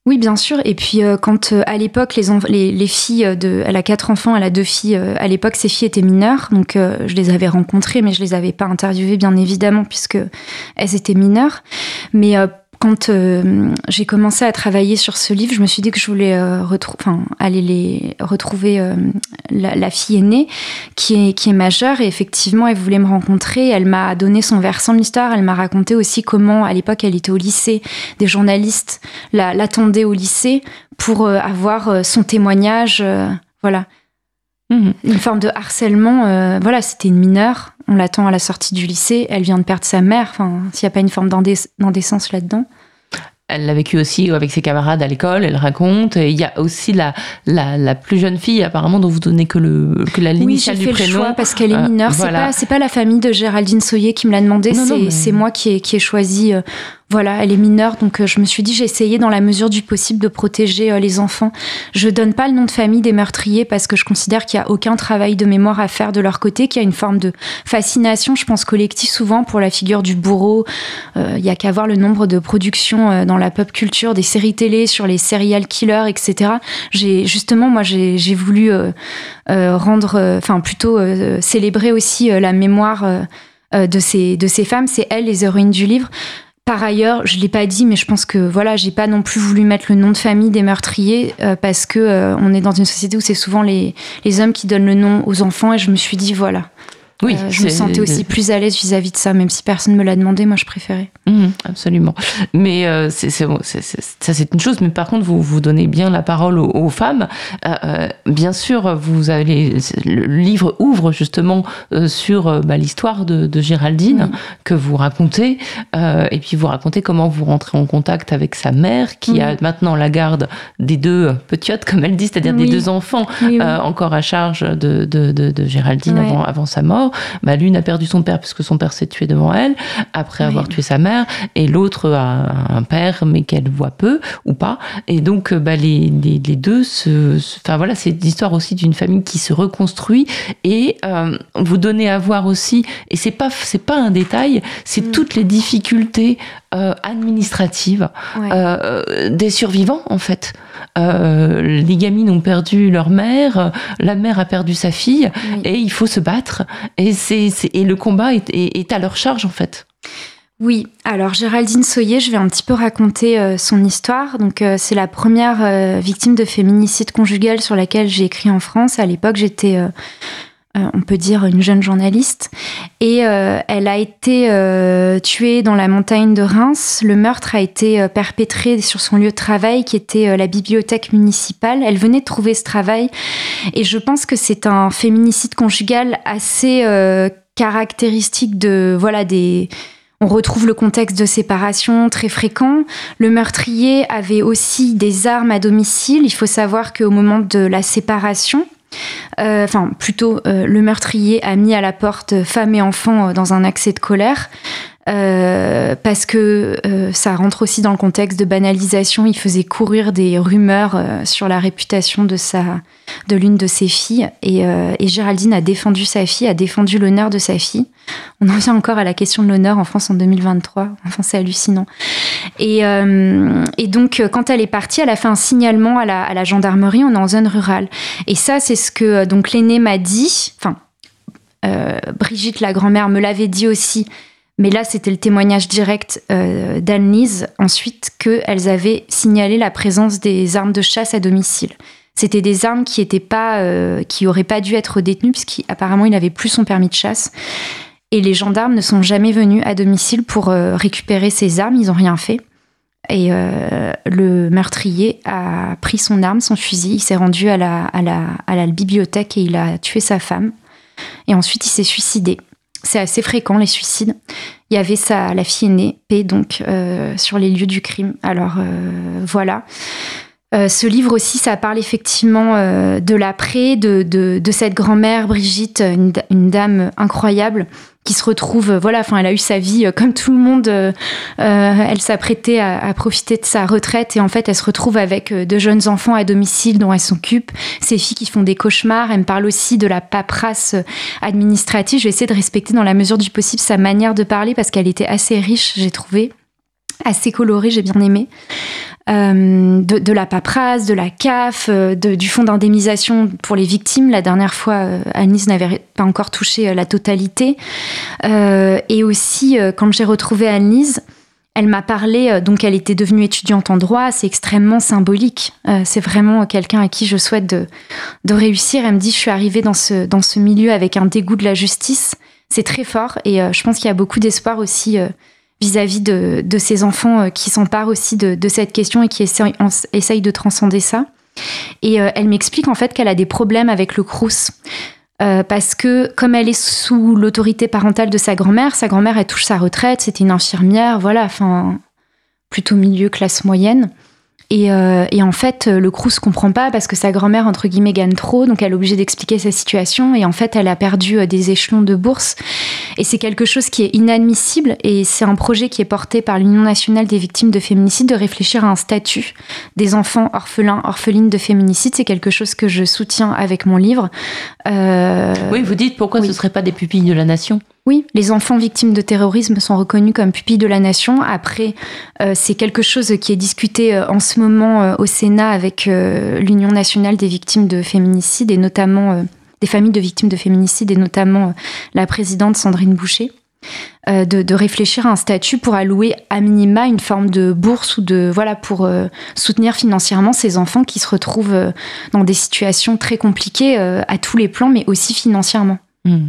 Oui, bien sûr. Et puis, euh, quand euh, à l'époque, les, enf- les, les filles, de, elle a quatre enfants, elle a deux filles. Euh, à l'époque, ces filles étaient mineures. Donc, euh, je les avais rencontrées, mais je les avais pas interviewées, bien évidemment, puisque elles étaient mineures. Mais euh, quand euh, j'ai commencé à travailler sur ce livre, je me suis dit que je voulais euh, retrou- enfin, aller les retrouver euh, la, la fille aînée qui est, qui est majeure. Et effectivement, elle voulait me rencontrer. Elle m'a donné son versant de l'histoire. Elle m'a raconté aussi comment, à l'époque, elle était au lycée. Des journalistes la, l'attendaient au lycée pour euh, avoir euh, son témoignage. Euh, voilà. Mmh. Une forme de harcèlement. Euh, voilà, c'était une mineure. On l'attend à la sortie du lycée. Elle vient de perdre sa mère. Enfin, s'il n'y a pas une forme d'indé- d'indécence là-dedans. Elle l'a vécu aussi avec ses camarades à l'école, elle raconte. Et il y a aussi la, la, la plus jeune fille, apparemment, dont vous donnez que, le, que la l'initiale du prénom. Oui, j'ai fait le choix parce qu'elle est mineure. Euh, voilà. C'est pas, c'est pas la famille de Géraldine Soyer qui me l'a demandé, non, c'est, non, mais... c'est moi qui ai, qui ai choisi... Euh, Voilà, elle est mineure, donc euh, je me suis dit, j'ai essayé dans la mesure du possible de protéger euh, les enfants. Je donne pas le nom de famille des meurtriers parce que je considère qu'il y a aucun travail de mémoire à faire de leur côté, qu'il y a une forme de fascination, je pense, collective souvent pour la figure du bourreau. Euh, il y a qu'à voir le nombre de productions euh, dans la pop culture, des séries télé sur les serial killers, et cetera. J'ai, justement, moi, j'ai, j'ai voulu euh, euh, rendre, enfin, euh, plutôt euh, célébrer aussi euh, la mémoire euh, de ces, de ces femmes. C'est elles, les héroïnes du livre. Par ailleurs, je l'ai pas dit, mais je pense que voilà, j'ai pas non plus voulu mettre le nom de famille des meurtriers euh, parce que euh, on est dans une société où c'est souvent les les hommes qui donnent le nom aux enfants et je me suis dit voilà. Oui, euh, je me sentais aussi plus à l'aise vis-à-vis de ça, même si personne ne me l'a demandé, moi je préférais. Mmh, absolument. Mais euh, c'est, c'est, c'est, c'est, ça c'est une chose, mais par contre vous, vous donnez bien la parole aux, aux femmes. Euh, bien sûr, vous allez, le livre ouvre justement euh, sur euh, bah, l'histoire de, de Géraldine mmh. que vous racontez, euh, et puis vous racontez comment vous rentrez en contact avec sa mère qui mmh. a maintenant la garde des deux petiotes, comme elle dit, c'est-à-dire oui. des deux enfants oui, oui. Euh, encore à charge de, de, de, de Géraldine ouais. avant, avant sa mort. Bah, l'une a perdu son père puisque son père s'est tué devant elle après oui. avoir tué sa mère, et l'autre a un père mais qu'elle voit peu ou pas, et donc bah, les, les, les deux se, se, enfin voilà, c'est l'histoire aussi d'une famille qui se reconstruit, et euh, vous donnez à voir aussi, et c'est pas, c'est pas un détail, c'est mmh. toutes les difficultés euh, administratives ouais. euh, des survivants en fait. Euh, les gamines ont perdu leur mère, la mère a perdu sa fille, oui. et il faut se battre, et, c'est, c'est, et le combat est, est, est à leur charge en fait. Oui, alors Géraldine Soyer, je vais un petit peu raconter euh, son histoire. Donc euh, c'est la première euh, victime de féminicide conjugal sur laquelle j'ai écrit en France. À l'époque, j'étais... Euh, Euh, on peut dire une jeune journaliste, et euh, elle a été euh, tuée dans la montagne de Reims. Le meurtre a été euh, perpétré sur son lieu de travail qui était euh, la bibliothèque municipale. Elle venait de trouver ce travail, et je pense que c'est un féminicide conjugal assez euh, caractéristique de voilà des on retrouve le contexte de séparation très fréquent. Le meurtrier avait aussi des armes à domicile. Il faut savoir qu'au moment de la séparation, Euh, enfin, plutôt, euh, le meurtrier a mis à la porte femme et enfant euh, dans un accès de colère. Euh, parce que euh, ça rentre aussi dans le contexte de banalisation. Il faisait courir des rumeurs euh, sur la réputation de, sa, de l'une de ses filles. Et, euh, et Géraldine a défendu sa fille, a défendu l'honneur de sa fille. On en vient encore à la question de l'honneur en France en deux mille vingt-trois. Enfin, c'est hallucinant. Et, euh, et donc, quand elle est partie, elle a fait un signalement à la, à la gendarmerie. On est en zone rurale. Et ça, c'est ce que donc, l'aînée m'a dit. Enfin, euh, Brigitte, la grand-mère, me l'avait dit aussi. Mais là, c'était le témoignage direct euh, d'Anne-Lise, ensuite, qu'elles avaient signalé la présence des armes de chasse à domicile. C'était des armes qui étaient pas, euh, qui auraient pas dû être détenues, puisqu'apparemment, il n'avait plus son permis de chasse. Et les gendarmes ne sont jamais venus à domicile pour euh, récupérer ces armes, ils n'ont rien fait. Et euh, le meurtrier a pris son arme, son fusil, il s'est rendu à la, à la, à la bibliothèque et il a tué sa femme. Et ensuite, il s'est suicidé. C'est assez fréquent, les suicides. Il y avait sa, la fille aînée, P, donc, euh, sur les lieux du crime. Alors, euh, voilà. Euh, ce livre aussi, ça parle effectivement euh, de l'après, de, de, de cette grand-mère, Brigitte, une, une dame incroyable, qui se retrouve, euh, voilà, enfin, elle a eu sa vie euh, comme tout le monde. Euh, euh, elle s'apprêtait à, à profiter de sa retraite et en fait, elle se retrouve avec euh, deux jeunes enfants à domicile dont elle s'occupe. Ces filles qui font des cauchemars. Elle me parle aussi de la paperasse administrative. Je vais essayer de respecter dans la mesure du possible sa manière de parler parce qu'elle était assez riche, j'ai trouvé. Assez colorée, j'ai bien aimé. euh, de, de la paperasse, de la C A F, de, du fonds d'indemnisation pour les victimes. La dernière fois, euh, Annelise n'avait pas encore touché euh, la totalité. Euh, et aussi, euh, quand j'ai retrouvé Annelise, elle m'a parlé, euh, donc elle était devenue étudiante en droit, c'est extrêmement symbolique. Euh, c'est vraiment quelqu'un à qui je souhaite de, de réussir. Elle me dit, je suis arrivée dans ce, dans ce milieu avec un dégoût de la justice. C'est très fort et euh, je pense qu'il y a beaucoup d'espoir aussi euh, vis-à-vis de, de ces enfants euh, qui s'emparent aussi de, de cette question et qui essayent, essayent de transcender ça. Et euh, elle m'explique en fait qu'elle a des problèmes avec le Crous. Euh, parce que comme elle est sous l'autorité parentale de sa grand-mère, sa grand-mère elle touche sa retraite, c'était une infirmière, voilà, enfin plutôt milieu classe moyenne. Et, euh, et en fait, le Crous comprend pas parce que sa grand-mère, entre guillemets, gagne trop, donc elle est obligée d'expliquer sa situation. Et en fait, elle a perdu des échelons de bourse. Et c'est quelque chose qui est inadmissible. Et c'est un projet qui est porté par l'Union nationale des victimes de féminicide de réfléchir à un statut des enfants orphelins, orphelines de féminicide. C'est quelque chose que je soutiens avec mon livre. Euh... Oui, vous dites pourquoi oui. ce ne seraient pas des pupilles de la nation ? Oui, les enfants victimes de terrorisme sont reconnus comme pupilles de la nation. Après, euh, c'est quelque chose qui est discuté euh, en ce moment euh, au Sénat avec euh, l'Union nationale des victimes de féminicide et notamment euh, des familles de victimes de féminicide et notamment euh, la présidente Sandrine Boucher, euh, de, de réfléchir à un statut pour allouer à minima une forme de bourse ou de voilà pour euh, soutenir financièrement ces enfants qui se retrouvent euh, dans des situations très compliquées euh, à tous les plans, mais aussi financièrement. Mmh.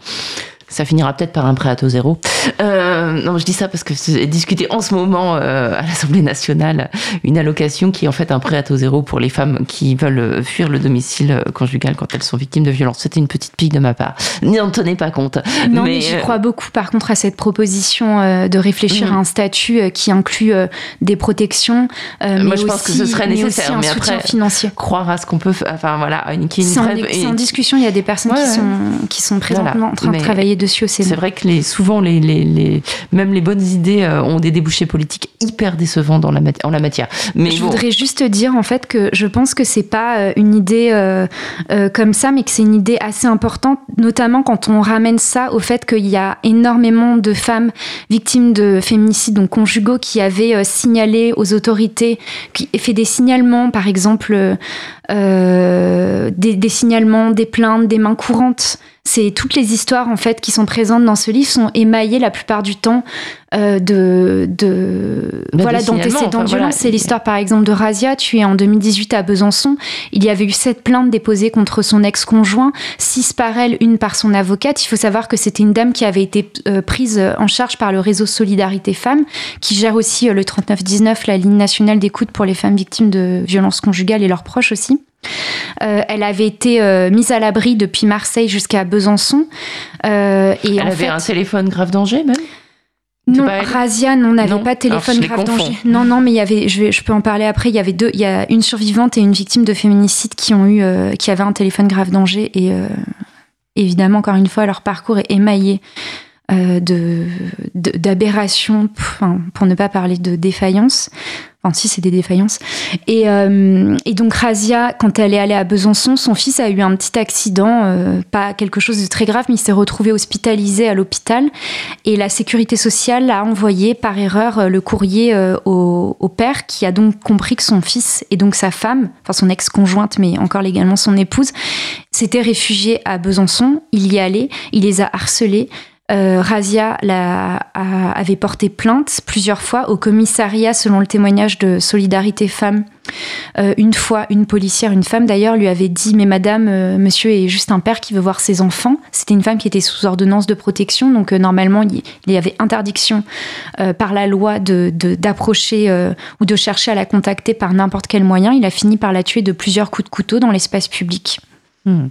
Ça finira peut-être par un prêt à taux zéro. Euh, non, je dis ça parce que c'est discuté en ce moment euh, à l'Assemblée nationale une allocation qui est en fait un prêt à taux zéro pour les femmes qui veulent fuir le domicile conjugal quand elles sont victimes de violences. C'était une petite pique de ma part. N'en tenez pas compte. Non, mais, mais j'y crois beaucoup par contre à cette proposition euh, de réfléchir mmh. à un statut euh, qui inclut euh, des protections, euh, mais moi je aussi, pense que ce serait nécessaire. Mais, mais après, financier. Croire à ce qu'on peut, enfin voilà, une, qui c'est, une en, c'est en discussion. Il y a des personnes ouais, qui sont qui sont présentement voilà. en train mais de travailler dessus au Sénat. C'est vrai que les, souvent, les, les, les, même les bonnes idées euh, ont des débouchés politiques hyper décevants dans la, en la matière. Mais je bon. voudrais juste dire en fait que je pense que c'est pas euh, une idée euh, euh, comme ça, mais que c'est une idée assez importante, notamment quand on ramène ça au fait qu'il y a énormément de femmes victimes de féminicides donc conjugaux qui avaient euh, signalé aux autorités, qui fait des signalements, par exemple euh, des, des signalements, des plaintes, des mains courantes. C'est toutes les histoires en fait qui sont présentes dans ce livre sont émaillées la plupart du temps euh, de, de bah, voilà d'antécédents enfin, de violence. voilà. C'est l'histoire par exemple de Razia, tuée en deux mille dix-huit à Besançon. Il y avait eu sept plaintes déposées contre son ex-conjoint, six par elle, une par son avocate. Il faut savoir que c'était une dame qui avait été euh, prise en charge par le réseau Solidarité Femmes, qui gère aussi euh, le trente-neuf dix-neuf, la ligne nationale d'écoute pour les femmes victimes de violences conjugales et leurs proches aussi. Euh, elle avait été euh, mise à l'abri depuis Marseille jusqu'à Besançon. Euh, et elle en avait fait, un téléphone grave danger même ? Non, Razia, on n'avait pas de téléphone grave danger. Non, non, mais il y avait, je, vais, je peux en parler après. Il y avait deux, il y a une survivante et une victime de féminicide qui ont eu, euh, qui avaient un téléphone grave danger. Et euh, évidemment, encore une fois, leur parcours est émaillé euh, de, de d'aberrations, enfin, pour ne pas parler de défaillance. Enfin, si, c'est des défaillances. Et, euh, et donc, Razia, quand elle est allée à Besançon, son fils a eu un petit accident, euh, pas quelque chose de très grave, mais il s'est retrouvé hospitalisé à l'hôpital. Et la sécurité sociale a envoyé par erreur le courrier euh, au, au père, qui a donc compris que son fils et donc sa femme, enfin son ex-conjointe, mais encore légalement son épouse, s'étaient réfugiés à Besançon. Il y est allé, il les a harcelés. Euh, Razia la, a, avait porté plainte plusieurs fois au commissariat, selon le témoignage de Solidarité Femmes. Euh, une fois, une policière, une femme d'ailleurs, lui avait dit « Mais madame, euh, monsieur est juste un père qui veut voir ses enfants ». C'était une femme qui était sous ordonnance de protection, donc euh, normalement, il, il y avait interdiction euh, par la loi de, de, d'approcher euh, ou de chercher à la contacter par n'importe quel moyen. Il a fini par la tuer de plusieurs coups de couteau dans l'espace public. Mmh.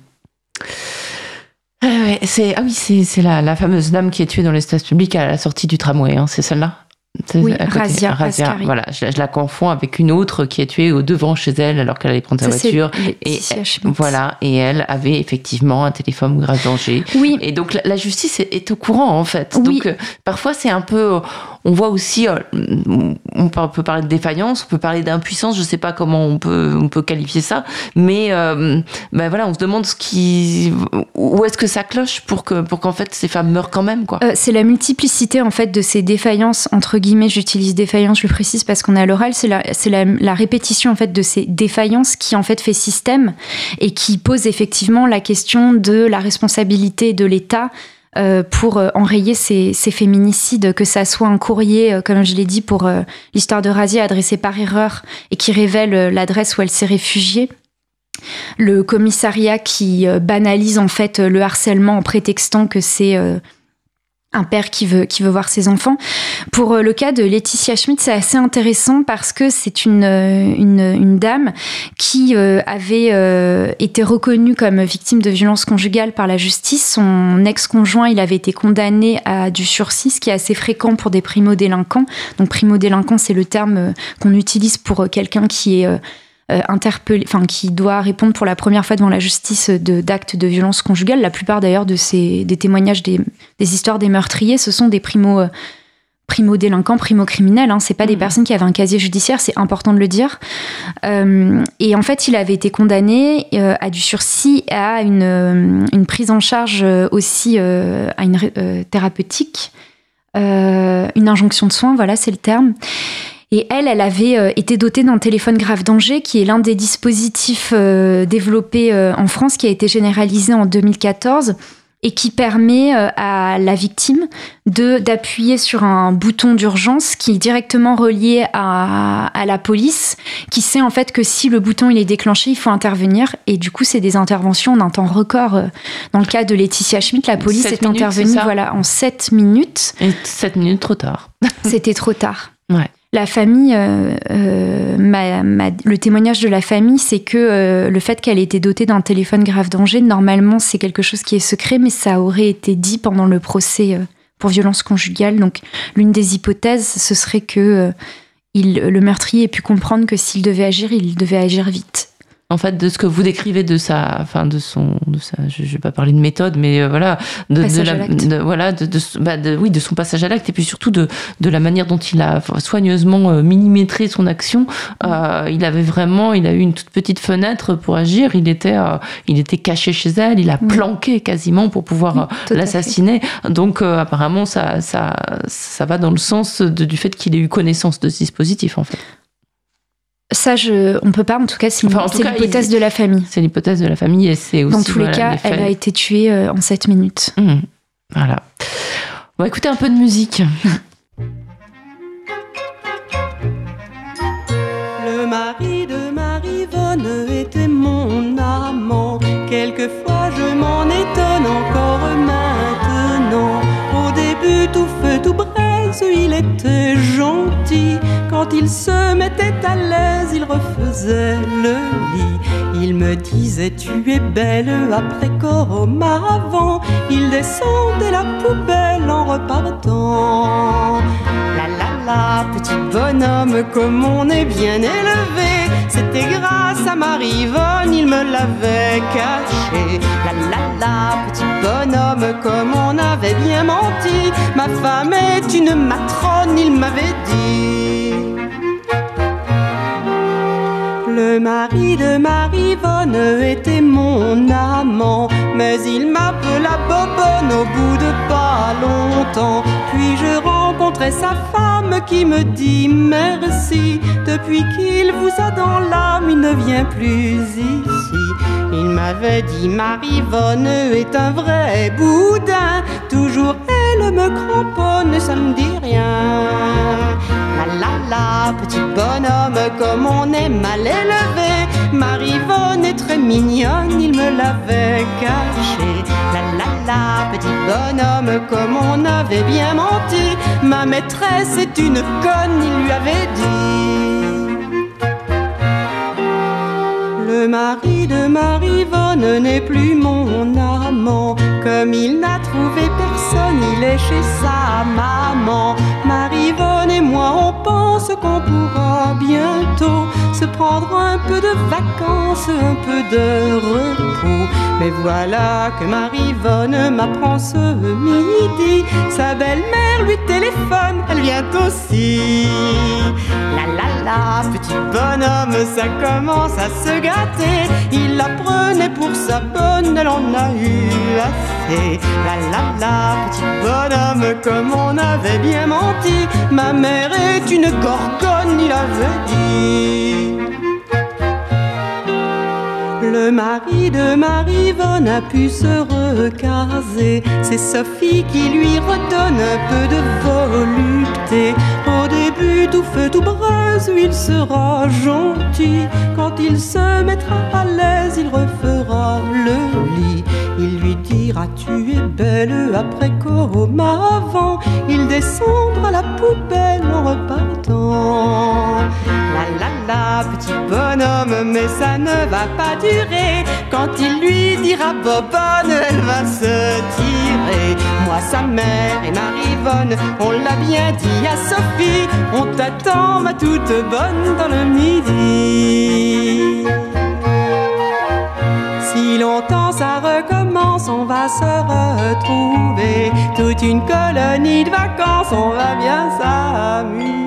Ah, ouais, c'est, ah oui, c'est, c'est la, la fameuse dame qui est tuée dans l'espace public à la sortie du tramway, hein, c'est celle-là ? C'est oui, Razia, Razia. Voilà, je, je la confonds avec une autre qui est tuée au devant chez elle alors qu'elle allait prendre sa ça, voiture. Et voilà, et elle avait effectivement un téléphone grave danger. Oui. Et donc la, la justice est, est au courant en fait. Oui. Donc euh, parfois c'est un peu, on voit aussi, euh, on peut parler de défaillance, on peut parler d'impuissance, je sais pas comment on peut, on peut qualifier ça, mais euh, ben voilà, on se demande ce qui, où est-ce que ça cloche pour que, pour qu'en fait ces femmes meurent quand même, quoi. Euh, c'est la multiplicité en fait de ces défaillances, entre guillemets, j'utilise défaillance, je le précise parce qu'on est à l'oral, c'est la, c'est la, la répétition en fait de ces défaillances qui en fait fait système et qui pose effectivement la question de la responsabilité de l'État Euh, pour euh, enrayer ces, ces féminicides, que ça soit un courrier, euh, comme je l'ai dit, pour euh, l'histoire de Razia adressé par erreur et qui révèle euh, l'adresse où elle s'est réfugiée. Le commissariat qui euh, banalise en fait le harcèlement en prétextant que c'est euh, un père qui veut, qui veut voir ses enfants. Pour euh, le cas de Laetitia Schmidt, c'est assez intéressant parce que c'est une, une, une dame qui euh, avait euh, été reconnue comme victime de violences conjugales par la justice. Son ex-conjoint, il avait été condamné à du sursis, ce qui est assez fréquent pour des primo-délinquants. Donc primo-délinquant, c'est le terme euh, qu'on utilise pour quelqu'un qui est... Euh, Euh, interpellé, enfin qui doit répondre pour la première fois devant la justice de, d'actes de violence conjugale. La plupart d'ailleurs de ces des témoignages des, des histoires des meurtriers, ce sont des primo euh, primo délinquants, primo criminels. Hein. C'est pas mmh. des personnes qui avaient un casier judiciaire, c'est important de le dire. Euh, et en fait, il avait été condamné euh, à du sursis, à une euh, une prise en charge aussi euh, à une euh, thérapeutique, euh, une injonction de soins. Voilà, c'est le terme. Et elle, elle avait euh, été dotée d'un téléphone grave danger, qui est l'un des dispositifs euh, développés euh, en France, qui a été généralisé en deux mille quatorze et qui permet euh, à la victime de, d'appuyer sur un bouton d'urgence qui est directement relié à, à la police, qui sait en fait que si le bouton il est déclenché, il faut intervenir. Et du coup, c'est des interventions d'un temps record. Dans le cas de Laetitia Schmidt, la police est minutes, intervenue voilà, en sept minutes. Et sept minutes trop tard. C'était trop tard. Ouais. La famille, euh, euh, ma, ma, le témoignage de la famille, c'est que euh, le fait qu'elle ait été dotée d'un téléphone grave danger, normalement, c'est quelque chose qui est secret, mais ça aurait été dit pendant le procès euh, pour violence conjugale. Donc, l'une des hypothèses, ce serait que euh, il, le meurtrier ait pu comprendre que s'il devait agir, il devait agir vite. En fait, de ce que vous décrivez de sa, enfin de son, de sa, je ne vais pas parler de méthode, mais euh, voilà, de, de la, de, voilà, de, de, bah de, oui, de son passage à l'acte, et puis surtout de, de la manière dont il a soigneusement euh, millimétré son action. Euh, il avait vraiment, il a eu une toute petite fenêtre pour agir. Il était, euh, il était caché chez elle. Il a oui. planqué quasiment pour pouvoir euh, l'assassiner. Donc euh, apparemment, ça, ça, ça va dans le sens de, du fait qu'il ait eu connaissance de ce dispositif, en fait. Ça, je, on ne peut pas, en tout cas, c'est, enfin, c'est cas, l'hypothèse il, de la famille. C'est l'hypothèse de la famille et c'est aussi... Dans tous voilà, les cas, les elle a été tuée euh, en sept minutes. Mmh, voilà. On va écouter un peu de musique. Le mari de Marie-Vonne était mon amant. Quelquefois, je m'en étonne encore maintenant. Au début, tout feu, tout braise, il était gentil. Quand il se mettait à l'aise, il refaisait le lit. Il me disait tu es belle après comme avant. Il descendait la poubelle en repartant. La la la, petit bonhomme, comme on est bien élevé. C'était grâce à Marie-Vonne, il me l'avait caché. La la la, petit bonhomme, comme on avait bien menti. Ma femme est une matrone, il m'avait dit. Le mari de Marie-Vonne était mon amant, mais il m'appela Bobonne au bout de pas longtemps. Puis je rencontrai sa femme qui me dit merci. Depuis qu'il vous a dans l'âme, il ne vient plus ici. Il m'avait dit Marie-Vonne est un vrai boudin. Toujours elle me cramponne, ça me dit rien. La la la, petit bonhomme, comme on est mal élevé. Marie-Vonne est très mignonne, il me l'avait caché. La la la, petit bonhomme, comme on avait bien menti. Ma maîtresse est une conne, il lui avait dit. Le mari de Marie-Vonne n'est plus mon amant. Comme il n'a trouvé personne, il est chez sa maman. Marie-Vonne et moi, on pense qu'on pourra bientôt se se prendre un peu de vacances, un peu de repos. Mais voilà que Marie-Vonne m'apprend ce midi, sa belle-mère lui téléphone, elle vient aussi. La la la, petit bonhomme, ça commence à se gâter. Il la prenait pour sa bonne, elle en a eu assez. La la la, petit bonhomme, comme on avait bien menti. Ma mère est une gorgone, il avait dit. Le mari de Marie-Vonne a pu se recaser. C'est Sophie qui lui redonne un peu de volupté. Au début tout feu tout braise, il sera gentil. Quand il se mettra à l'aise, il refera le lit. Il lui dira tu es belle après comme avant. Il descendra la poubelle en repartant. La la la, petit bonhomme, mais ça ne va pas durer. Quand il lui dira bobonne, elle va se tirer. Moi, sa mère et Marie-Vonne, on l'a bien dit à Sophie. On t'attend, ma toute bonne, dans le midi. Si longtemps ça recommence, on va se retrouver. Toute une colonie de vacances, on va bien s'amuser.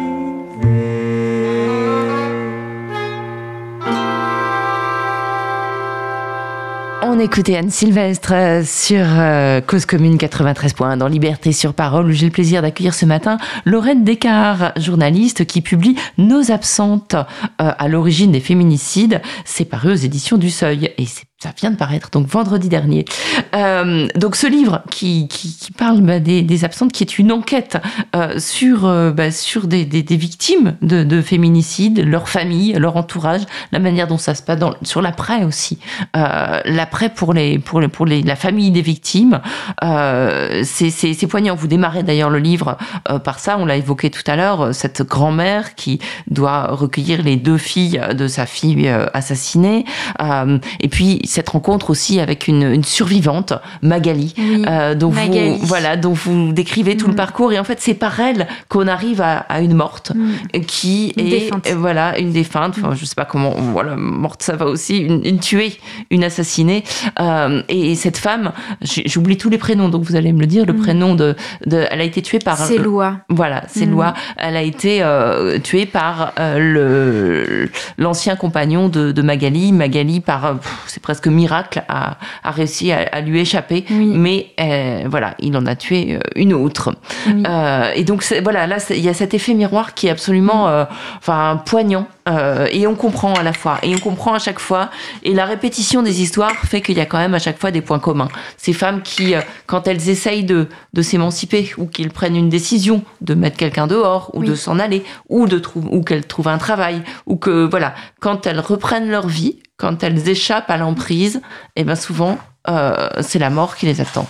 On écoutait Anne Sylvestre sur euh, Cause Commune quatre-vingt-treize point un dans Liberté sur Parole, où j'ai le plaisir d'accueillir ce matin Lorraine Descartes, journaliste qui publie Nos absentes, euh, à l'origine des féminicides. C'est paru aux éditions du Seuil et c'est ça vient de paraître, donc vendredi dernier. Euh, donc ce livre qui, qui, qui parle bah, des, des absentes, qui est une enquête euh, sur, euh, bah, sur des, des, des victimes de, de féminicides, leur famille, leur entourage, la manière dont ça se passe, dans, sur l'après aussi. Euh, l'après pour, les, pour, les, pour les, la famille des victimes. Euh, c'est, c'est, c'est poignant. Vous démarrez d'ailleurs le livre euh, par ça, on l'a évoqué tout à l'heure, cette grand-mère qui doit recueillir les deux filles de sa fille euh, assassinée. Euh, et puis, cette rencontre aussi avec une, une survivante, Magali, oui, euh, dont Magali. vous voilà, dont vous décrivez tout mmh. le parcours. Et en fait, c'est par elle qu'on arrive à, à une morte mmh. qui une est défunte. voilà une défunte. Enfin, je sais pas comment. Voilà, morte, ça va aussi. Une, une tuée, une assassinée. Euh, et, et cette femme, j'oublie tous les prénoms, donc vous allez me le dire. Le mmh. prénom de, de, elle a été tuée par. C'est Loa. Voilà, c'est mmh. Loa. Elle a été euh, tuée par euh, le l'ancien compagnon de, de Magali. Magali par, pff, c'est presque miracle, a, a réussi à, à lui échapper, oui. mais euh, voilà, il en a tué une autre. Oui. Euh, et donc c'est, voilà, là il y a cet effet miroir qui est absolument, euh, enfin poignant, euh, et on comprend à la fois, et on comprend à chaque fois, et la répétition des histoires fait qu'il y a quand même à chaque fois des points communs. Ces femmes qui, quand elles essayent de, de s'émanciper, ou qu'ils prennent une décision de mettre quelqu'un dehors, ou oui. de s'en aller, ou de trou- ou qu'elles trouvent un travail, ou que voilà, quand elles reprennent leur vie, quand elles échappent à l'emprise, et bien souvent, euh, c'est la mort qui les attend.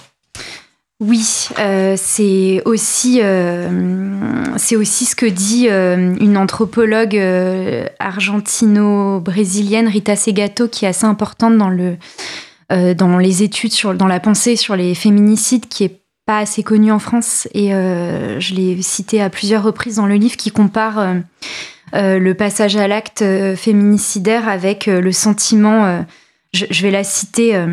Oui, euh, c'est aussi, euh, c'est aussi ce que dit euh, une anthropologue euh, argentino-brésilienne, Rita Segato, qui est assez importante dans, le, euh, dans les études, sur, dans la pensée sur les féminicides, qui est pas assez connue en France. Et euh, je l'ai citée à plusieurs reprises dans le livre, qui compare... Euh, Euh, le passage à l'acte euh, féminicidaire avec euh, le sentiment, euh, je, je vais la citer, euh,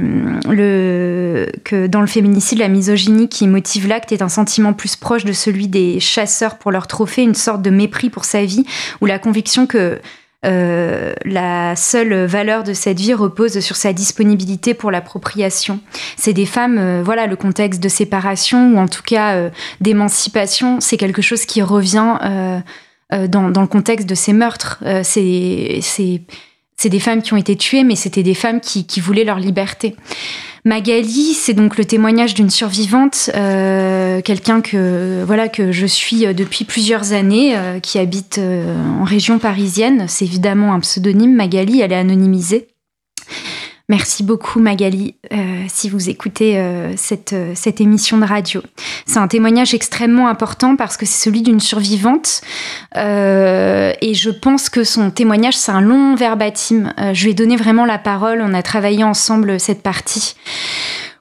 le, que dans le féminicide, la misogynie qui motive l'acte est un sentiment plus proche de celui des chasseurs pour leur trophée, une sorte de mépris pour sa vie, ou la conviction que euh, la seule valeur de cette vie repose sur sa disponibilité pour l'appropriation. C'est des femmes, euh, voilà, le contexte de séparation, ou en tout cas euh, d'émancipation, c'est quelque chose qui revient... Euh, Dans, dans le contexte de ces meurtres. Euh, c'est, c'est, c'est des femmes qui ont été tuées, mais c'était des femmes qui, qui voulaient leur liberté. Magali, c'est donc le témoignage d'une survivante, euh, quelqu'un que, voilà, que je suis depuis plusieurs années, euh, qui habite euh, en région parisienne. C'est évidemment un pseudonyme, Magali, elle est anonymisée. Merci beaucoup Magali, euh, si vous écoutez euh, cette, euh, cette émission de radio. C'est un témoignage extrêmement important parce que c'est celui d'une survivante euh, et je pense que son témoignage, c'est un long verbatim. Euh, je lui ai donné vraiment la parole, on a travaillé ensemble cette partie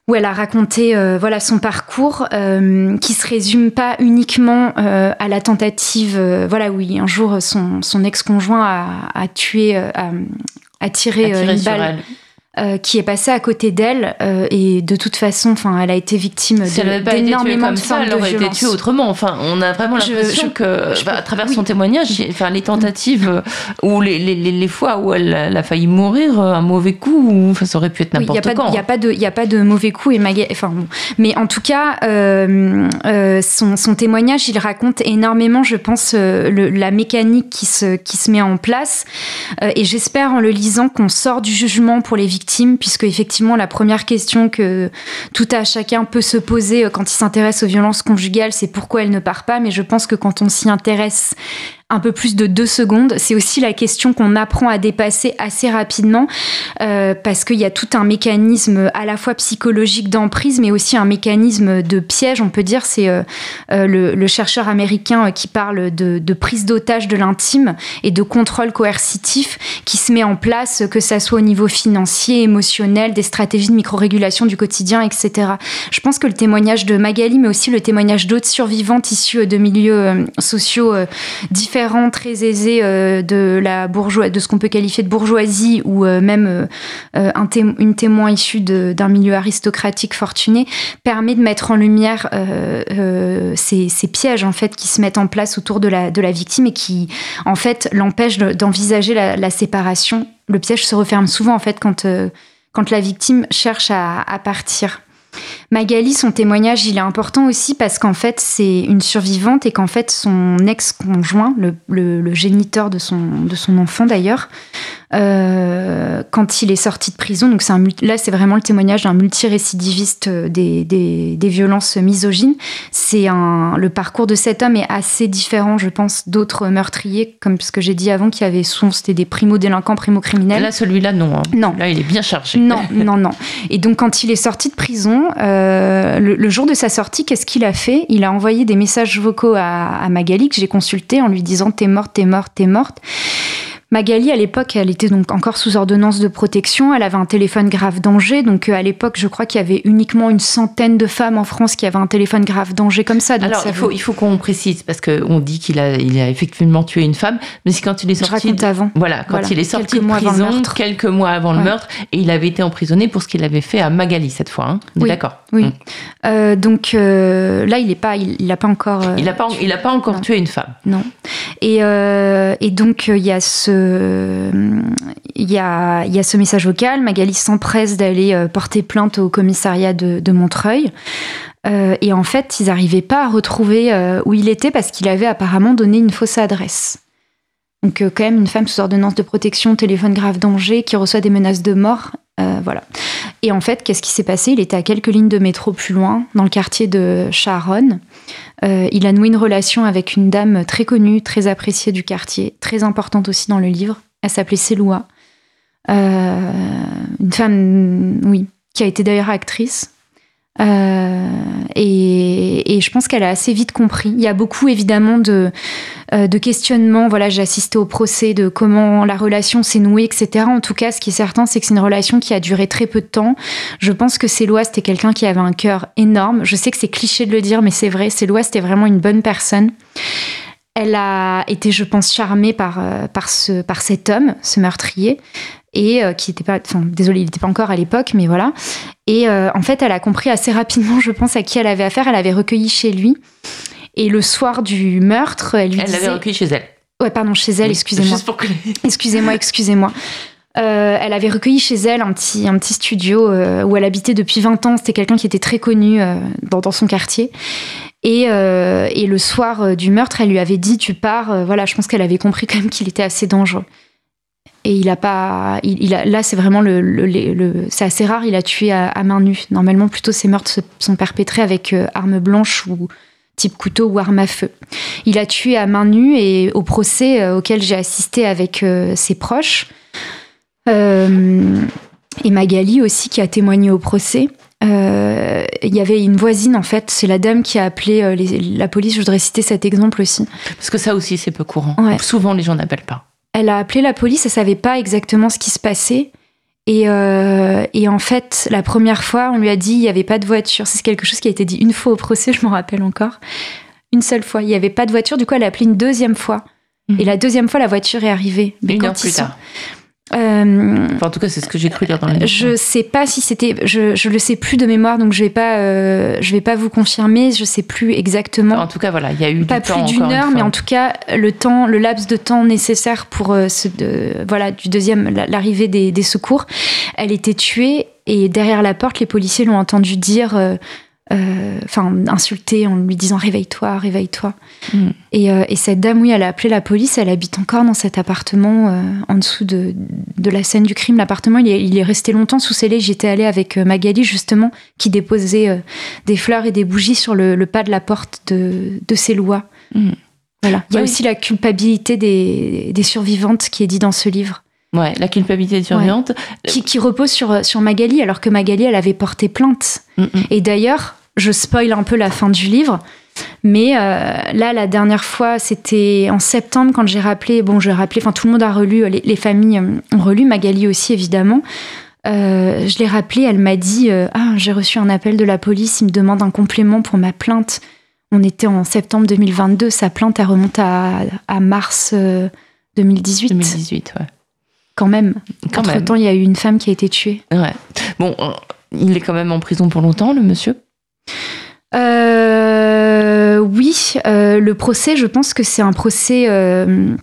où elle a raconté euh, voilà son parcours euh, qui se résume pas uniquement euh, à la tentative euh, voilà oui un jour son, son ex-conjoint a, a tué euh, a, a tiré, a tiré une sur balle elle. Euh, qui est passée à côté d'elle euh, et de toute façon enfin elle a été victime si de, d'énormément de formes de violence. Elle aurait été tuée autrement. Enfin, on a vraiment l'impression je, je, que je, bah, à travers oui. son témoignage, enfin les tentatives mmh. ou les, les, les fois où elle, elle a failli mourir un mauvais coup, ou enfin, ça aurait pu être n'importe oui, quand. Il y a pas de il y a pas de mauvais coup et Magali, enfin bon. Mais en tout cas euh, euh, son, son témoignage, il raconte énormément, je pense, euh, le, la mécanique qui se qui se met en place euh, et j'espère en le lisant qu'on sort du jugement pour les victimes, puisque effectivement la première question que tout à chacun peut se poser quand il s'intéresse aux violences conjugales, c'est pourquoi elle ne part pas. Mais je pense que quand on s'y intéresse un peu plus de deux secondes, c'est aussi la question qu'on apprend à dépasser assez rapidement euh, parce qu'il y a tout un mécanisme à la fois psychologique d'emprise, mais aussi un mécanisme de piège, on peut dire. C'est euh, euh, le, le chercheur américain qui parle de, de prise d'otage de l'intime et de contrôle coercitif qui se met en place, que ça soit au niveau financier, émotionnel, des stratégies de micro-régulation du quotidien, et cetera. Je pense que le témoignage de Magali, mais aussi le témoignage d'autres survivantes issues de milieux euh, sociaux euh, différents, très aisés euh, de la bourgeoisie, de ce qu'on peut qualifier de bourgeoisie, ou euh, même euh, un témo- une témoin issue de, d'un milieu aristocratique fortuné, permet de mettre en lumière euh, euh, ces, ces pièges en fait qui se mettent en place autour de la, de la victime et qui en fait l'empêchent de, d'envisager la, la séparation. Le piège se referme souvent en fait quand, euh, quand la victime cherche à, à partir. Magali, son témoignage, il est important aussi parce qu'en fait, c'est une survivante et qu'en fait, son ex-conjoint, le, le, le géniteur de son, de son enfant d'ailleurs, euh, quand il est sorti de prison, donc c'est un, là, c'est vraiment le témoignage d'un multirécidiviste des, des, des violences misogynes. C'est un, le parcours de cet homme est assez différent, je pense, d'autres meurtriers, comme ce que j'ai dit avant, qui avaient souvent, c'était des primo-délinquants, primo-criminels. Là, celui-là, non. Hein. Non. Là, il est bien chargé. Non, non, non. Et donc, quand il est sorti de prison, euh, le, le jour de sa sortie, qu'est-ce qu'il a fait ? Il a envoyé des messages vocaux à, à Magali, que j'ai consulté, en lui disant « T'es morte, t'es morte, t'es morte ». Magali, à l'époque, elle était donc encore sous ordonnance de protection. Elle avait un téléphone grave danger. Donc, à l'époque, je crois qu'il y avait uniquement une centaine de femmes en France qui avaient un téléphone grave danger comme ça. Donc Alors, ça il faut, veut... il faut qu'on précise, parce qu'on dit qu'il a, il a effectivement tué une femme, mais c'est quand il est sorti... Je raconte avant. Voilà, quand voilà. il est sorti quelques de prison, quelques mois avant le ouais. meurtre, et il avait été emprisonné pour ce qu'il avait fait à Magali, cette fois. Hein. On est oui. d'accord. Oui. Mmh. Euh, donc, euh, là, il n'a pas, il, il a pas encore... Euh, il n'a pas, il a pas encore non. tué une femme. Non. Et, euh, et donc, il y a ce... Il y a, il y a ce message vocal. Magali s'empresse d'aller porter plainte au commissariat de, de Montreuil. Euh, et en fait, ils n'arrivaient pas à retrouver euh, où il était parce qu'il avait apparemment donné une fausse adresse. Donc, euh, quand même, une femme sous ordonnance de protection, téléphone grave danger, qui reçoit des menaces de mort. Euh, voilà. Et en fait, qu'est-ce qui s'est passé ? Il était à quelques lignes de métro plus loin, dans le quartier de Charonne. Euh, il a noué une relation avec une dame très connue, très appréciée du quartier, très importante aussi dans le livre. Elle s'appelait Céloua. Euh, une femme, oui, qui a été d'ailleurs actrice. Euh, et, et je pense qu'elle a assez vite compris. Il y a beaucoup, évidemment, de, euh, de questionnements. Voilà, j'ai assisté au procès de comment la relation s'est nouée, et cetera. En tout cas, ce qui est certain, c'est que c'est une relation qui a duré très peu de temps. Je pense que Céloua, c'était quelqu'un qui avait un cœur énorme. Je sais que c'est cliché de le dire, mais c'est vrai. Céloua, c'était vraiment une bonne personne. Elle a été, je pense, charmée par, euh, par, ce, par cet homme, ce meurtrier, et euh, qui n'était pas... Enfin, désolée, il n'était pas encore à l'époque, mais voilà. Et euh, en fait, elle a compris assez rapidement, je pense, à qui elle avait affaire. Elle avait recueilli chez lui. Et le soir du meurtre, elle lui elle disait... Elle l'avait recueilli chez elle. Ouais, pardon, chez elle, oui, excusez-moi. Juste pour que... excusez-moi, excusez-moi. Euh, elle avait recueilli chez elle un petit, un petit studio euh, où elle habitait depuis vingt ans. C'était quelqu'un qui était très connu euh, dans, dans son quartier. Et, euh, et le soir du meurtre, elle lui avait dit « tu pars euh, ». Voilà, je pense qu'elle avait compris quand même qu'il était assez dangereux. Et il a pas... Il, il a, là, c'est vraiment le, le, le, le... C'est assez rare, il a tué à, à main nue. Normalement, plutôt, ces meurtres se, sont perpétrés avec euh, arme blanche ou type couteau ou arme à feu. Il a tué à main nue et au procès euh, auquel j'ai assisté avec euh, ses proches, euh, et Magali aussi, qui a témoigné au procès, Euh, il y avait une voisine, en fait, c'est la dame qui a appelé euh, les, la police. Je voudrais citer cet exemple aussi. Parce que ça aussi, c'est peu courant. Ouais. Souvent, les gens n'appellent pas. Elle a appelé la police, elle savait pas exactement ce qui se passait. Et, euh, et en fait, la première fois, on lui a dit il n'y avait pas de voiture. C'est quelque chose qui a été dit une fois au procès, je m'en rappelle encore. Une seule fois, il n'y avait pas de voiture. Du coup, elle a appelé une deuxième fois. Mmh. Et la deuxième fois, la voiture est arrivée. Mais une heure plus tard. Euh, enfin, en tout cas, c'est ce que j'ai cru lire dans les Je ne sais pas si c'était... Je, je le sais plus de mémoire, donc je ne vais, euh, vais pas vous confirmer. Je ne sais plus exactement. Enfin, en tout cas, voilà, il y a eu pas du temps. Pas plus d'une heure, mais en tout cas, le temps, le laps de temps nécessaire pour euh, ce, de, voilà, du deuxième, l'arrivée des, des secours, elle était tuée. Et derrière la porte, les policiers l'ont entendu dire... Euh, enfin euh, insulter en lui disant réveille-toi, réveille-toi. Mm. Et, euh, et cette dame, oui, elle a appelé la police, elle habite encore dans cet appartement euh, en dessous de, de la scène du crime. L'appartement, il est, il est resté longtemps sous scellé. J'étais allée avec euh, Magali, justement, qui déposait euh, des fleurs et des bougies sur le, le pas de la porte de, de ses lois. Mm. Voilà. Il y a oui. aussi la culpabilité des, des survivantes qui est dit dans ce livre. Ouais, la culpabilité des survivantes. Ouais. Qui, qui repose sur, sur Magali, alors que Magali, elle avait porté plainte. Mm-mm. Et d'ailleurs, je spoil un peu la fin du livre, mais euh, là, la dernière fois, c'était en septembre, quand j'ai rappelé, bon, j'ai rappelé, enfin, tout le monde a relu, les, les familles ont relu, Magali aussi, évidemment. Euh, je l'ai rappelé, elle m'a dit euh, « Ah, j'ai reçu un appel de la police, il me demande un complément pour ma plainte. » On était en septembre deux mille vingt-deux, sa plainte, elle remonte à, à mars euh, deux mille dix-huit. deux mille dix-huit, ouais. Quand même. Quand Entre-temps, même. il y a eu une femme qui a été tuée. Ouais. Bon, il est quand même en prison pour longtemps, le monsieur ? euh, Oui. Euh, le procès, je pense que c'est un procès euh,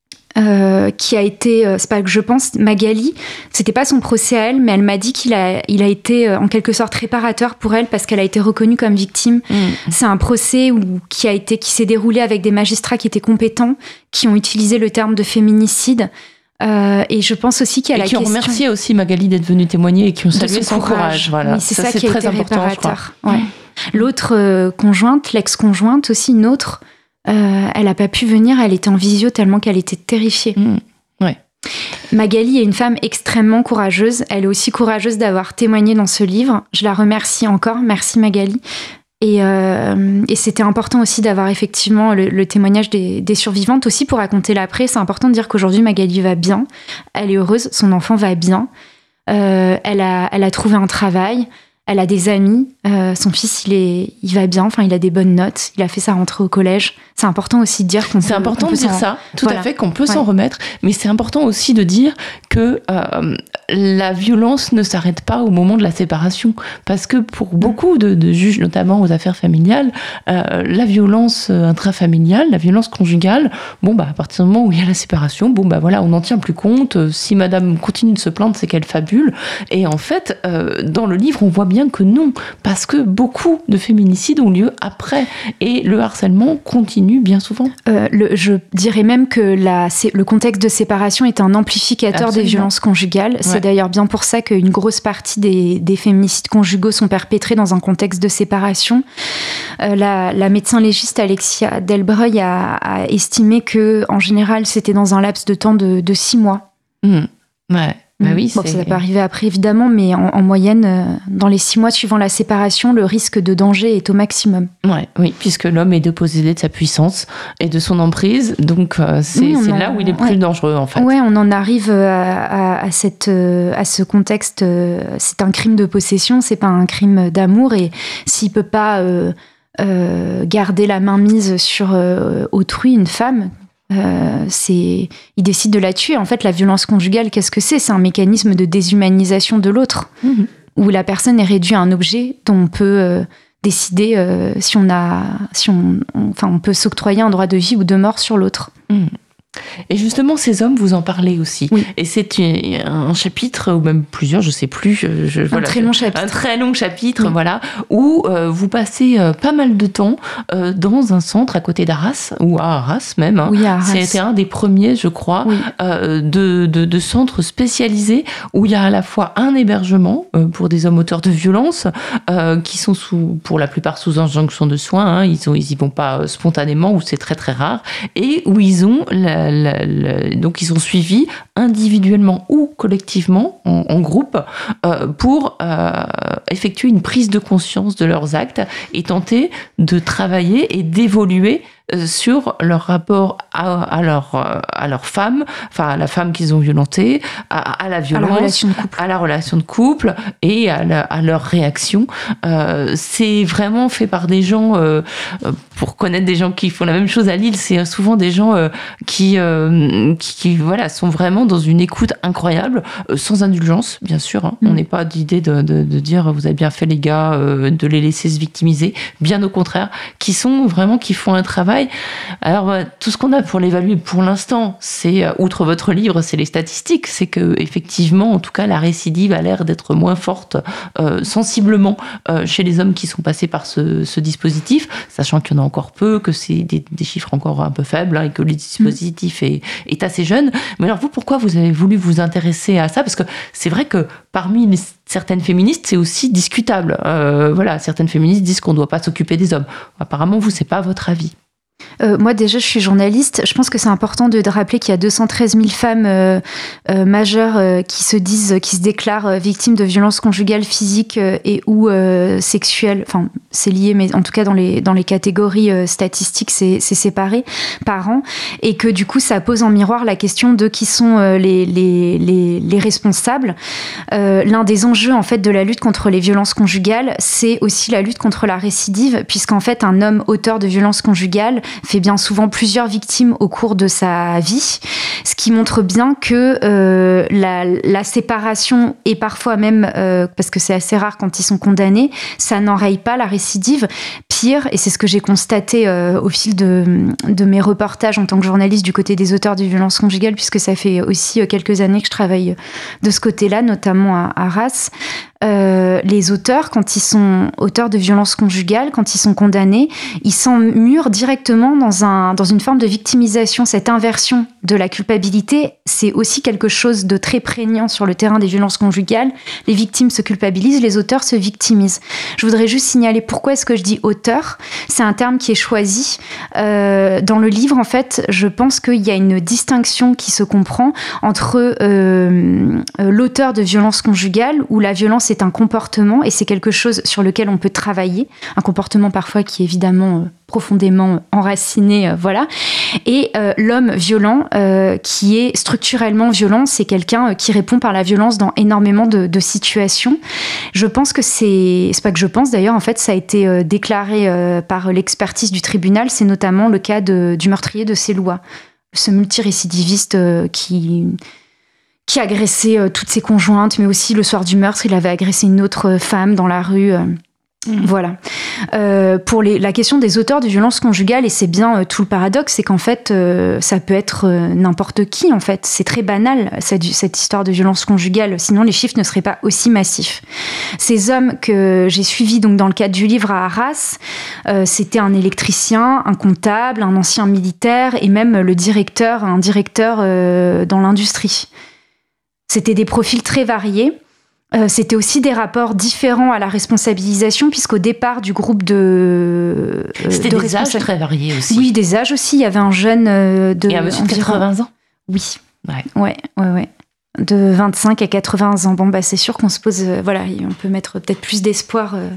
euh, qui a été... Euh, c'est pas que je pense, Magali, c'était pas son procès à elle, mais elle m'a dit qu'il a, il a été euh, en quelque sorte réparateur pour elle parce qu'elle a été reconnue comme victime. Mmh. C'est un procès où, qui, a été, qui s'est déroulé avec des magistrats qui étaient compétents, qui ont utilisé le terme de féminicide. Euh, et je pense aussi qu'il y a et la qui question... ont remercié aussi Magali d'être venue témoigner et qui ont salué son, son courage. courage. Voilà. Oui, c'est ça, ça c'est qui a très été important, réparateur. Ouais. L'autre euh, conjointe, l'ex-conjointe aussi, une autre, euh, elle n'a pas pu venir, elle était en visio tellement qu'elle était terrifiée. Mmh. Ouais. Magali est une femme extrêmement courageuse. Elle est aussi courageuse d'avoir témoigné dans ce livre. Je la remercie encore. Merci Magali. Et, euh, et c'était important aussi d'avoir effectivement le, le témoignage des, des survivantes aussi pour raconter l'après. C'est important de dire qu'aujourd'hui Magali va bien, elle est heureuse, son enfant va bien, euh, elle, a, elle a trouvé un travail, elle a des amis, euh, son fils il, est, il va bien, enfin il a des bonnes notes, il a fait sa rentrée au collège. C'est important aussi de dire qu'on c'est peut, important on peut de dire s'en... ça, tout voilà. à fait, qu'on peut ouais. s'en remettre, mais c'est important aussi de dire que euh, la violence ne s'arrête pas au moment de la séparation, parce que pour beaucoup de, de juges, notamment aux affaires familiales, euh, la violence intrafamiliale, la violence conjugale, bon bah à partir du moment où il y a la séparation, bon bah voilà, on n'en tient plus compte. Si Madame continue de se plaindre, c'est qu'elle fabule. Et en fait, euh, dans le livre, on voit bien que non, parce que beaucoup de féminicides ont lieu après, et le harcèlement continue bien souvent. Euh, le, je dirais même que la, le contexte de séparation est un amplificateur Absolument. Des violences conjugales. Ouais. C'est d'ailleurs bien pour ça qu'une grosse partie des, des féminicides conjugaux sont perpétrés dans un contexte de séparation. Euh, la, la médecin légiste Alexia Delbreuil a, a estimé que, en général, c'était dans un laps de temps de, de six mois. Mmh. Ouais. Bah oui, bon, ça peut arriver après évidemment, mais en, en moyenne, euh, dans les six mois suivant la séparation, le risque de danger est au maximum. Ouais, oui, puisque l'homme est dépossédé de sa puissance et de son emprise, donc euh, c'est, oui, c'est en, là où il est plus ouais. dangereux en fait. Ouais, on en arrive à, à, à, cette, à ce contexte. C'est un crime de possession, c'est pas un crime d'amour, et s'il peut pas euh, euh, garder la main mise sur euh, autrui, une femme. Euh, c'est, il décide de la tuer. En fait, la violence conjugale, qu'est-ce que c'est ? C'est un mécanisme de déshumanisation de l'autre, mmh. où la personne est réduite à un objet dont on peut euh, décider euh, si on a, si on, on, enfin, on peut s'octroyer un droit de vie ou de mort sur l'autre. Mmh. Et justement, ces hommes, vous en parlez aussi. Oui. Et c'est un chapitre, ou même plusieurs, je sais plus. Je, je, un voilà, très long chapitre. Un très long chapitre, oui. voilà, où euh, vous passez euh, pas mal de temps euh, dans un centre à côté d'Arras, ou à Arras même. Hein. Oui, à Arras. C'était un des premiers, je crois, oui. euh, de, de, de centres spécialisés où il y a à la fois un hébergement euh, pour des hommes auteurs de violence euh, qui sont sous, pour la plupart sous injonction de soins. Hein, ils ont, ils y vont pas spontanément, ou c'est très très rare, et où ils ont la La, la, la, donc ils sont suivis individuellement ou collectivement en, en groupe euh, pour euh, effectuer une prise de conscience de leurs actes et tenter de travailler et d'évoluer euh, sur leur rapport à, à, leur, à leur femme, enfin à la femme qu'ils ont violentée, à, à la violence, à la relation de couple, à la relation de couple et à, la, à leur réaction. Euh, c'est vraiment fait par des gens, euh, pour connaître des gens qui font la même chose à Lille, c'est souvent des gens euh, qui, euh, qui, qui voilà, sont vraiment dans une écoute incroyable, euh, sans indulgence, bien sûr. Hein. Mmh. On n'est pas d'idée de, de, de dire vous avez bien fait les gars, euh, de les laisser se victimiser, bien au contraire, qui sont vraiment, qui font un travail. Alors, euh, tout ce qu'on a pour l'évaluer pour l'instant, c'est, euh, outre votre livre, c'est les statistiques, c'est que effectivement, en tout cas, la récidive a l'air d'être moins forte euh, sensiblement euh, chez les hommes qui sont passés par ce, ce dispositif, sachant qu'il y en a encore peu, que c'est des, des chiffres encore un peu faibles hein, et que le dispositif mmh. est, est assez jeune. Mais alors vous, pourquoi vous avez voulu vous intéresser à ça ? Parce que c'est vrai que parmi les, certaines féministes, c'est aussi discutable. Euh, voilà, certaines féministes disent qu'on ne doit pas s'occuper des hommes. Apparemment, vous, c'est pas votre avis. Euh, moi, déjà, je suis journaliste. Je pense que c'est important de, de rappeler qu'il y a deux cent treize mille femmes euh, euh, majeures euh, qui se disent, qui se déclarent euh, victimes de violences conjugales, physiques euh, et ou euh, sexuelles. Enfin, c'est lié, mais en tout cas, dans les, dans les catégories euh, statistiques, c'est, c'est séparé par an. Et que du coup, ça pose en miroir la question de qui sont euh, les, les, les, les responsables. Euh, l'un des enjeux, en fait, de la lutte contre les violences conjugales, c'est aussi la lutte contre la récidive, puisqu'en fait, un homme auteur de violences conjugales fait bien souvent plusieurs victimes au cours de sa vie, ce qui montre bien que euh, la, la séparation et parfois même, euh, parce que c'est assez rare quand ils sont condamnés, ça n'enraye pas la récidive. Pire, et c'est ce que j'ai constaté euh, au fil de, de mes reportages en tant que journaliste du côté des auteurs de violences conjugales, puisque ça fait aussi quelques années que je travaille de ce côté-là, notamment à Arras. Euh, les auteurs, quand ils sont auteurs de violences conjugales, quand ils sont condamnés, ils s'emmurent directement dans, un, dans une forme de victimisation. Cette inversion de la culpabilité, c'est aussi quelque chose de très prégnant sur le terrain des violences conjugales. Les victimes se culpabilisent, les auteurs se victimisent. Je voudrais juste signaler pourquoi est-ce que je dis auteur. C'est un terme qui est choisi. Euh, dans le livre, en fait, je pense qu'il y a une distinction qui se comprend entre euh, l'auteur de violences conjugales, où la violence c'est un comportement et c'est quelque chose sur lequel on peut travailler, un comportement parfois qui est évidemment euh, profondément enraciné, euh, voilà. Et euh, l'homme violent, euh, qui est structurellement violent, c'est quelqu'un qui répond par la violence dans énormément de, de situations. Je pense que c'est, c'est pas que je pense d'ailleurs, en fait, ça a été euh, déclaré euh, par l'expertise du tribunal, c'est notamment le cas de, du meurtrier de Séloua, ce multirécidiviste euh, qui... qui a agressé euh, toutes ses conjointes, mais aussi le soir du meurtre, il avait agressé une autre femme dans la rue. Euh, mmh. Voilà. Euh, pour les, la question des auteurs de violences conjugales, et c'est bien euh, tout le paradoxe, c'est qu'en fait, euh, ça peut être euh, n'importe qui, en fait. C'est très banal, cette, cette histoire de violence conjugale, sinon les chiffres ne seraient pas aussi massifs. Ces hommes que j'ai suivis donc, dans le cadre du livre à Arras, euh, c'était un électricien, un comptable, un ancien militaire, et même le directeur, un directeur euh, dans l'industrie. C'était des profils très variés. Euh, c'était aussi des rapports différents à la responsabilisation, puisqu'au départ du groupe de... Euh, c'était de des âges très variés aussi. Oui, des âges aussi. Il y avait un jeune euh, de... Et un monsieur de quatre-vingts ans. Oui. Ouais. Ouais, ouais, ouais. De vingt-cinq à quatre-vingts ans. Bon, bah, c'est sûr qu'on se pose... Euh, voilà, on peut mettre peut-être plus d'espoir... Euh,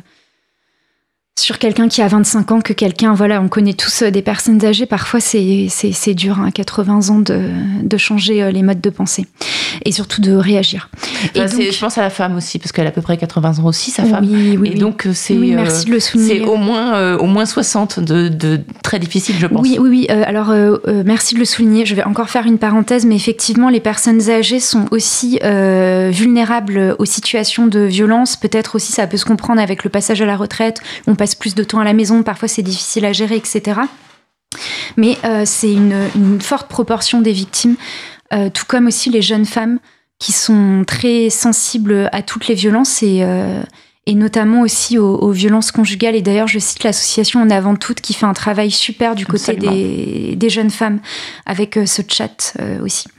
sur quelqu'un qui a vingt-cinq ans que quelqu'un, voilà, on connaît tous des personnes âgées, parfois c'est, c'est, c'est dur à hein, quatre-vingts ans de, de changer les modes de pensée et surtout de réagir. Et donc, c'est, je pense à la femme aussi, parce qu'elle a à peu près quatre-vingts ans aussi, sa femme. Oui, oui, et oui. donc c'est, oui, merci de le souligner. C'est au moins, euh, au moins soixante de, de très difficile, je pense. Oui, oui, oui. Euh, alors, euh, euh, merci de le souligner. Je vais encore faire une parenthèse, mais effectivement, les personnes âgées sont aussi euh, vulnérables aux situations de violence. Peut-être aussi, ça peut se comprendre avec le passage à la retraite. On passe plus de temps à la maison, parfois c'est difficile à gérer, et cetera. Mais euh, c'est une, une forte proportion des victimes, euh, tout comme aussi les jeunes femmes qui sont très sensibles à toutes les violences et, euh, et notamment aussi aux, aux violences conjugales. Et d'ailleurs, je cite l'association En Avant Toutes qui fait un travail super du côté des, des jeunes femmes avec euh, ce chat euh, aussi.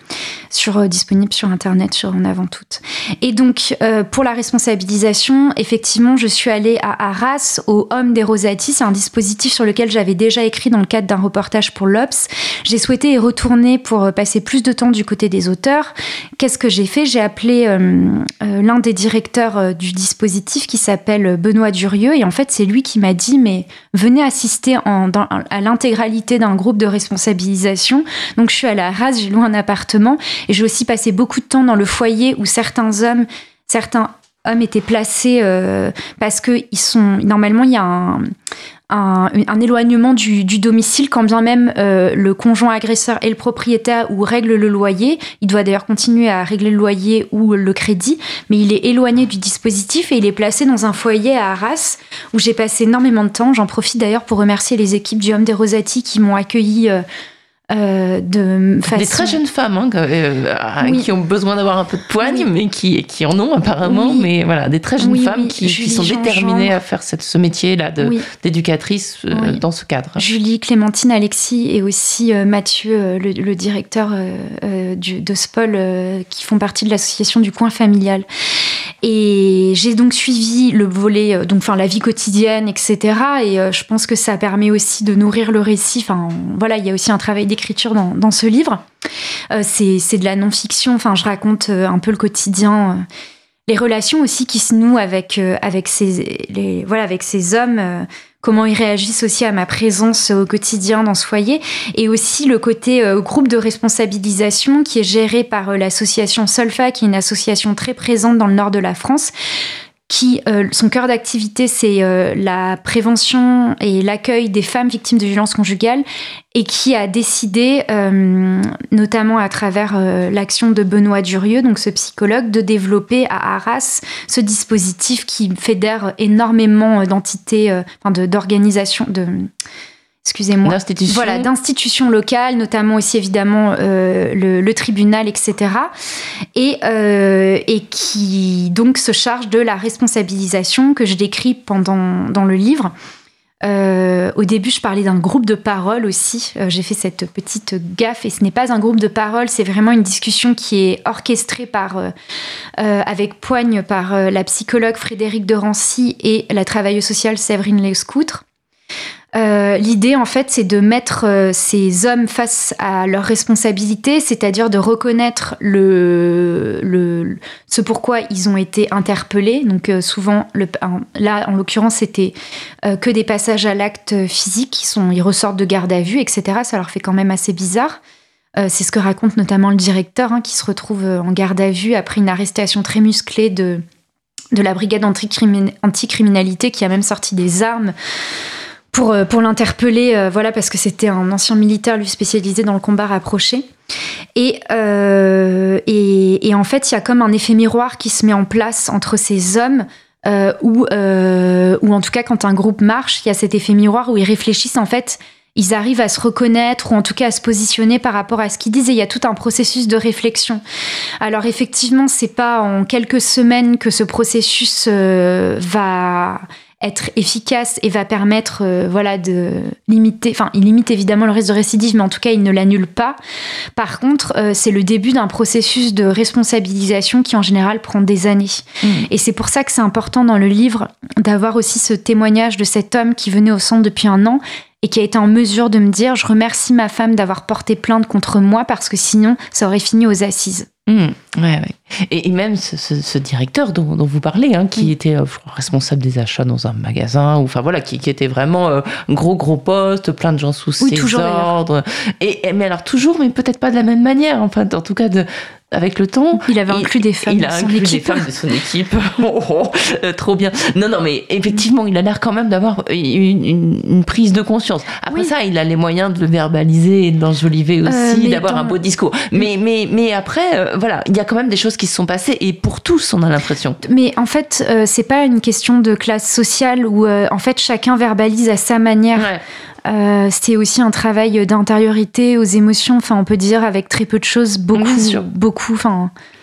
sur euh, disponible sur Internet, sur En Avant Toutes. Et donc, euh, pour la responsabilisation, effectivement, je suis allée à Arras, au Home des Rosati. C'est un dispositif sur lequel j'avais déjà écrit dans le cadre d'un reportage pour l'Obs. J'ai souhaité y retourner pour passer plus de temps du côté des auteurs. Qu'est-ce que j'ai fait ? J'ai appelé euh, euh, l'un des directeurs euh, du dispositif qui s'appelle Benoît Durieux. Et en fait, c'est lui qui m'a dit, mais venez assister en, dans, à l'intégralité d'un groupe de responsabilisation. Donc, je suis allée à Arras, j'ai loué un appartement. Et j'ai aussi passé beaucoup de temps dans le foyer où certains hommes, certains hommes étaient placés euh, parce que ils sont, normalement, il y a un, un, un éloignement du, du domicile, quand bien même euh, le conjoint agresseur est le propriétaire ou règle le loyer. Il doit d'ailleurs continuer à régler le loyer ou le crédit, mais il est éloigné du dispositif et il est placé dans un foyer à Arras où j'ai passé énormément de temps. J'en profite d'ailleurs pour remercier les équipes du Home des Rosati qui m'ont accueilli euh, Euh, de façon... Des très jeunes femmes hein, euh, oui. qui ont besoin d'avoir un peu de poigne, oui. mais qui, qui en ont apparemment. Oui. Mais voilà, des très jeunes oui, femmes oui. qui, qui sont Jean déterminées Jean... à faire cette, ce métier-là de, oui. d'éducatrice euh, oui. dans ce cadre. Julie, Clémentine, Alexis et aussi euh, Mathieu, euh, le, le directeur euh, euh, du, de Spol, euh, qui font partie de l'association du coin familial. Et j'ai donc suivi le volet, euh, donc, enfin, la vie quotidienne, et cetera. Et euh, je pense que ça permet aussi de nourrir le récit. Enfin, voilà, il y a aussi un travail d'écriture dans, dans ce livre. Euh, c'est, c'est de la non-fiction. Enfin, je raconte euh, un peu le quotidien, euh, les relations aussi qui se nouent avec, euh, avec, ces, les, voilà, avec ces hommes, euh, comment ils réagissent aussi à ma présence au quotidien dans ce foyer, et aussi le côté euh, groupe de responsabilisation qui est géré par euh, l'association Solfa, qui est une association très présente dans le nord de la France, qui, euh, son cœur d'activité, c'est euh, la prévention et l'accueil des femmes victimes de violences conjugales, et qui a décidé, euh, notamment à travers euh, l'action de Benoît Durieux, donc ce psychologue, de développer à Arras ce dispositif qui fédère énormément d'entités, euh, enfin de, d'organisations, de... excusez-moi, d'institutions. Voilà, d'institutions locales, notamment aussi évidemment euh, le, le tribunal, et cetera. Et, euh, et qui donc se charge de la responsabilisation que je décris pendant, dans le livre. Euh, au début, je parlais d'un groupe de parole aussi. Euh, j'ai fait cette petite gaffe et ce n'est pas un groupe de parole, c'est vraiment une discussion qui est orchestrée par, euh, euh, avec poigne par euh, la psychologue Frédérique de Rancy et la travailleuse sociale Séverine Lescoutre. Euh, l'idée, en fait, c'est de mettre euh, ces hommes face à leurs responsabilités, c'est-à-dire de reconnaître le, le, ce pourquoi ils ont été interpellés. Donc, euh, souvent, le, là, en l'occurrence, c'était euh, que des passages à l'acte physique, qui sont, ils ressortent de garde à vue, et cetera. Ça leur fait quand même assez bizarre. Euh, c'est ce que raconte notamment le directeur, hein, qui se retrouve en garde à vue après une arrestation très musclée de, de la brigade anticriminalité, qui a même sorti des armes pour, pour l'interpeller, euh, voilà, parce que c'était un ancien militaire, lui, spécialisé dans le combat rapproché. Et, euh, et, et en fait, il y a comme un effet miroir qui se met en place entre ces hommes, euh, où, euh, ou en tout cas, quand un groupe marche, il y a cet effet miroir où ils réfléchissent, en fait, ils arrivent à se reconnaître ou en tout cas à se positionner par rapport à ce qu'ils disent, et il y a tout un processus de réflexion. Alors effectivement, c'est pas en quelques semaines que ce processus euh, va être efficace et va permettre euh, voilà, de limiter, enfin il limite évidemment le risque de récidive, mais en tout cas il ne l'annule pas. Par contre, euh, c'est le début d'un processus de responsabilisation qui en général prend des années. Mmh. Et c'est pour ça que c'est important dans le livre d'avoir aussi ce témoignage de cet homme qui venait au centre depuis un an et qui a été en mesure de me dire « Je remercie ma femme d'avoir porté plainte contre moi parce que sinon, ça aurait fini aux assises. Mmh, » ouais, ouais. Et, et même ce, ce, ce directeur dont, dont vous parlez, hein, qui oui. était euh, responsable des achats dans un magasin, ou enfin voilà, qui, qui était vraiment euh, gros gros poste, plein de gens sous oui, ses toujours, ordres. Et, et mais alors toujours, mais peut-être pas de la même manière. Enfin, en tout cas de avec le temps. Il avait inclus des femmes il a de son inclus équipe. des femmes de son équipe. oh, oh, euh, trop bien. Non, non, mais effectivement, il a l'air quand même d'avoir une, une, une prise de conscience. Après oui. ça, il a les moyens de le verbaliser et de l'enjoliver aussi, euh, d'avoir dans... un beau discours. Mais, mais, mais après, euh, voilà, il y a quand même des choses qui se sont passées, et pour tous, on a l'impression. Mais en fait, euh, c'est pas une question de classe sociale où, euh, en fait, chacun verbalise à sa manière. Ouais. Euh, c'est aussi un travail d'intériorité aux émotions, enfin on peut dire avec très peu de choses, beaucoup, beaucoup, enfin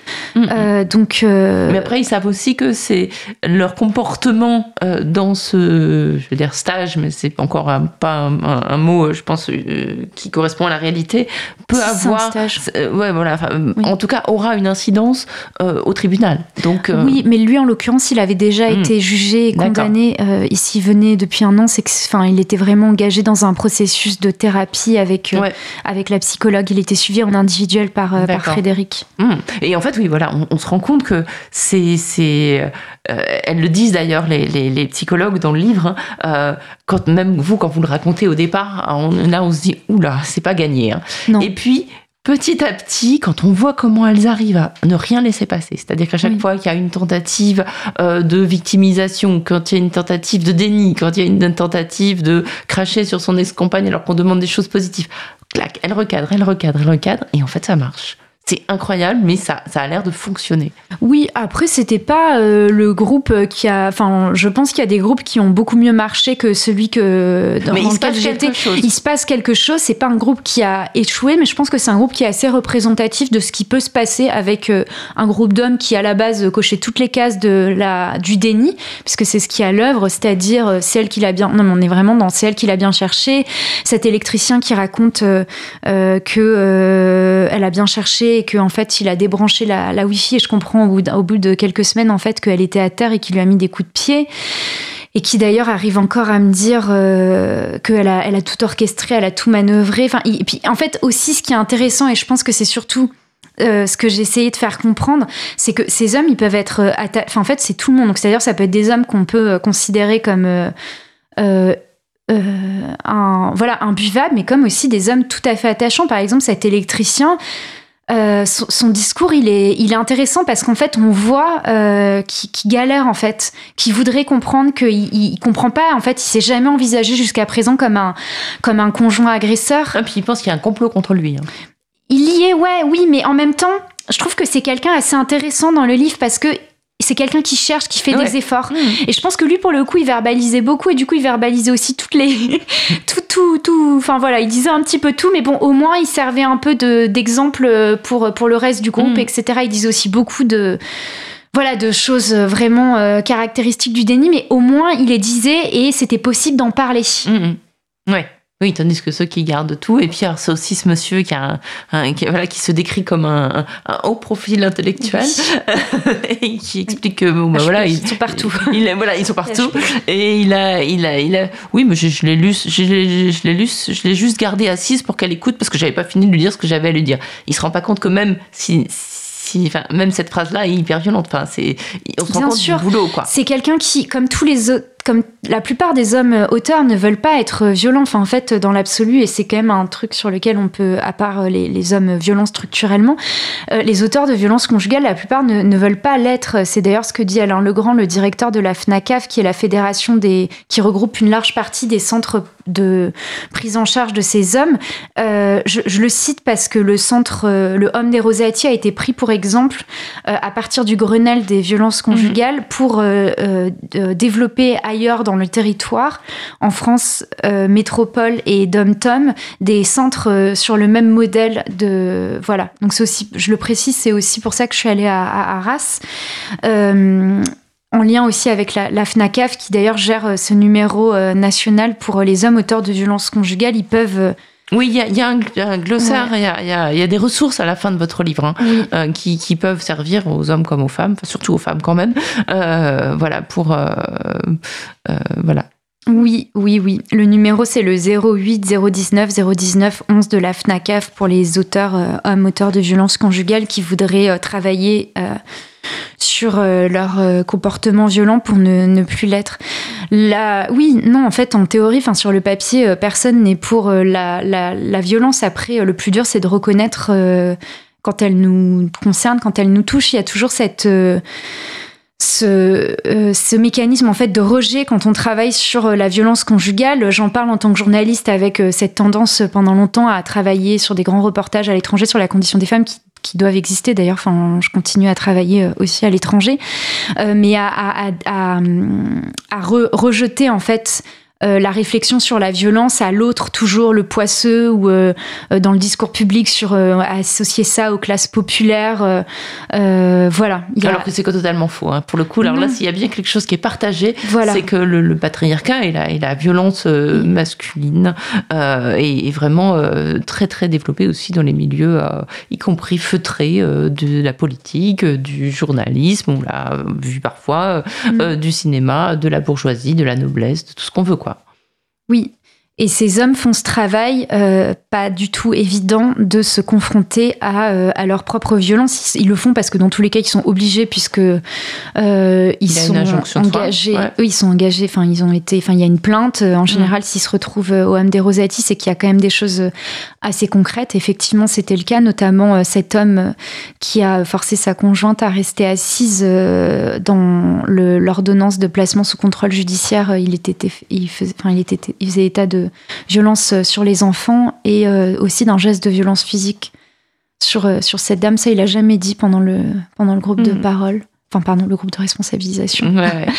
Mmh. Euh, donc, euh... mais après ils savent aussi que c'est leur comportement euh, dans ce, je veux dire stage, mais c'est encore un, pas un, un, un mot, je pense, euh, qui correspond à la réalité, peut si avoir, euh, ouais voilà, oui. en tout cas aura une incidence euh, au tribunal. Donc euh... oui, mais lui en l'occurrence, il avait déjà mmh. été jugé et condamné. Euh, ici venait depuis un an, c'est que, enfin, il était vraiment engagé dans un processus de thérapie avec euh, ouais. avec la psychologue. Il était suivi en individuel par euh, par Frédéric. Mmh. Et en fait, oui, voilà, on, on se rend compte que c'est c'est euh, elles le disent d'ailleurs les, les les psychologues dans le livre. Hein, euh, quand même vous, quand vous le racontez au départ, on, là on se dit oula, c'est pas gagné. Hein. Non. Et puis petit à petit, quand on voit comment elles arrivent à ne rien laisser passer, c'est-à-dire qu'à chaque oui. fois qu'il y a une tentative euh, de victimisation, quand il y a une tentative de déni, quand il y a une tentative de cracher sur son ex-compagne alors qu'on demande des choses positives, clac, elle recadre, elle recadre, elle recadre, et en fait ça marche. C'est incroyable, mais ça, ça a l'air de fonctionner. Oui, après, c'était pas euh, le groupe qui a... Enfin, je pense qu'il y a des groupes qui ont beaucoup mieux marché que celui que, dans, mais dans il lequel j'étais. Il se passe quelque chose. C'est pas un groupe qui a échoué, mais je pense que c'est un groupe qui est assez représentatif de ce qui peut se passer avec euh, un groupe d'hommes qui, à la base, cochait toutes les cases de la, du déni, puisque c'est ce qui est à l'œuvre, c'est-à-dire euh, c'est elle qui l'a bien... Non, mais on est vraiment dans c'est elle qui l'a bien cherché. Cet électricien qui raconte euh, euh, que euh, elle a bien cherché et qu'en fait, il a débranché la, la Wi-Fi et je comprends au bout, au bout de quelques semaines, en fait, qu'elle était à terre et qu'il lui a mis des coups de pied. Et qui d'ailleurs arrive encore à me dire euh, qu'elle a, elle a tout orchestré, elle a tout manœuvré. Enfin, et puis, en fait, aussi, ce qui est intéressant, et je pense que c'est surtout euh, ce que j'ai essayé de faire comprendre, c'est que ces hommes, ils peuvent être... Atta- enfin, en fait, c'est tout le monde. Donc, c'est-à-dire, ça peut être des hommes qu'on peut considérer comme... Euh, euh, euh, un, voilà, imbuvables, mais comme aussi des hommes tout à fait attachants. Par exemple, cet électricien... Euh, son, son discours, il est, il est intéressant parce qu'en fait, on voit euh, qu'il, qu'il galère, en fait, qu'il voudrait comprendre qu'il il, il comprend pas, en fait, il s'est jamais envisagé jusqu'à présent comme un, comme un conjoint agresseur. Et puis il pense qu'il y a un complot contre lui. Hein. Il y est, ouais, oui, mais en même temps, je trouve que c'est quelqu'un assez intéressant dans le livre parce que c'est quelqu'un qui cherche, qui fait ouais. des efforts. Mmh. Et je pense que lui, pour le coup, il verbalisait beaucoup et du coup, il verbalisait aussi toutes les... tout, tout, tout... Enfin, voilà, il disait un petit peu tout, mais bon, au moins, il servait un peu de, d'exemple pour, pour le reste du groupe, mmh. et cetera. Il disait aussi beaucoup de... Voilà, de choses vraiment euh, caractéristiques du déni, mais au moins, il les disait et c'était possible d'en parler. Mmh. Ouais. Oui, tandis que ceux qui gardent tout, et puis alors, c'est aussi ce monsieur qui, a un, un, qui, voilà, qui se décrit comme un, un, un haut profil intellectuel et qui explique que bon, bah, voilà, ils il, sont partout. Il, il, voilà, ils sont partout. Et il a, il a, il a. Oui, mais je, je l'ai lu, je, je, je l'ai lu, je l'ai juste gardée assise pour qu'elle écoute parce que j'avais pas fini de lui dire ce que j'avais à lui dire. Il se rend pas compte que même si. Si, enfin, même cette phrase-là est hyper violente. Enfin, c'est, on se rend Bien compte sûr, du boulot, quoi. C'est quelqu'un qui, comme tous les autres, comme la plupart des hommes auteurs, ne veulent pas être violents. Enfin, en fait, dans l'absolu, et c'est quand même un truc sur lequel on peut, à part les, les hommes violents structurellement, euh, les auteurs de violences conjugales, la plupart ne, ne veulent pas l'être. C'est d'ailleurs ce que dit Alain Legrand, le directeur de la FNACAF, qui est la fédération des, qui regroupe une large partie des centres de prise en charge de ces hommes. Euh, je, je le cite parce que le centre, euh, le Homme des Rosati a été pris pour exemple euh, à partir du Grenelle des violences conjugales mmh. pour euh, euh, développer ailleurs dans le territoire, en France, euh, métropole et dom-tom, des centres euh, sur le même modèle de... Voilà, donc c'est aussi, je le précise, c'est aussi pour ça que je suis allée à, à Arras. Euh, en lien aussi avec la, la FNACAF, qui d'ailleurs gère ce numéro euh, national pour les hommes auteurs de violences conjugales. Ils peuvent... Euh, Oui, il y a, y a un, un glossaire, il ouais. y, a, y, a, y a des ressources à la fin de votre livre hein, oui. euh, qui, qui peuvent servir aux hommes comme aux femmes, enfin, surtout aux femmes quand même, euh, voilà, pour... Euh, euh, voilà. Oui, oui, oui. Le numéro, c'est le zéro huit zéro dix-neuf zéro dix-neuf onze de la FNACAF pour les auteurs, euh, hommes auteurs de violences conjugales qui voudraient euh, travailler euh, sur euh, leur euh, comportement violent pour ne, ne plus l'être. La... Oui, non, en fait, en théorie, sur le papier, euh, personne n'est pour euh, la, la, la violence. Après, euh, le plus dur, c'est de reconnaître euh, quand elle nous concerne, quand elle nous touche. Il y a toujours cette... Euh, Ce, euh, ce mécanisme en fait de rejet quand on travaille sur euh, la violence conjugale. J'en parle en tant que journaliste avec euh, cette tendance euh, pendant longtemps à travailler sur des grands reportages à l'étranger sur la condition des femmes qui, qui doivent exister d'ailleurs. Enfin, je continue à travailler euh, aussi à l'étranger, euh, mais à, à, à, à, à re, rejeter en fait euh, la réflexion sur la violence à l'autre, toujours le poisseux, ou euh, dans le discours public sur euh, associer ça aux classes populaires. Euh, euh, voilà. Y a... Alors que c'est totalement faux. Hein. Pour le coup, alors non. là, s'il y a bien quelque chose qui est partagé, voilà. c'est que le, le patriarcat et la, et la violence euh, masculine euh, est, est vraiment euh, très très développée aussi dans les milieux, euh, y compris feutrés euh, de la politique, euh, du journalisme, on l'a vu parfois, euh, mm. euh, du cinéma, de la bourgeoisie, de la noblesse, de tout ce qu'on veut, quoi. Oui, et ces hommes font ce travail euh, pas du tout évident de se confronter à, euh, à leur propre violence. Ils, ils le font parce que dans tous les cas, ils sont obligés puisque euh, ils il sont engagés. Ouais. Eux, ils sont engagés. Enfin, ils ont été. Enfin, il y a une plainte. En général, mmh. s'ils se retrouvent au Hameau des Rosati, c'est qu'il y a quand même des choses assez concrètes. Effectivement, c'était le cas, notamment euh, cet homme qui a forcé sa conjointe à rester assise euh, dans le, l'ordonnance de placement sous contrôle judiciaire. Il était, il faisait, enfin, il était, il faisait état de violence sur les enfants et euh, aussi d'un geste de violence physique sur, euh, sur cette dame. Ça, il l'a jamais dit pendant le, pendant le groupe mmh. de parole. Enfin, pardon, le groupe de responsabilisation. Ouais, ouais.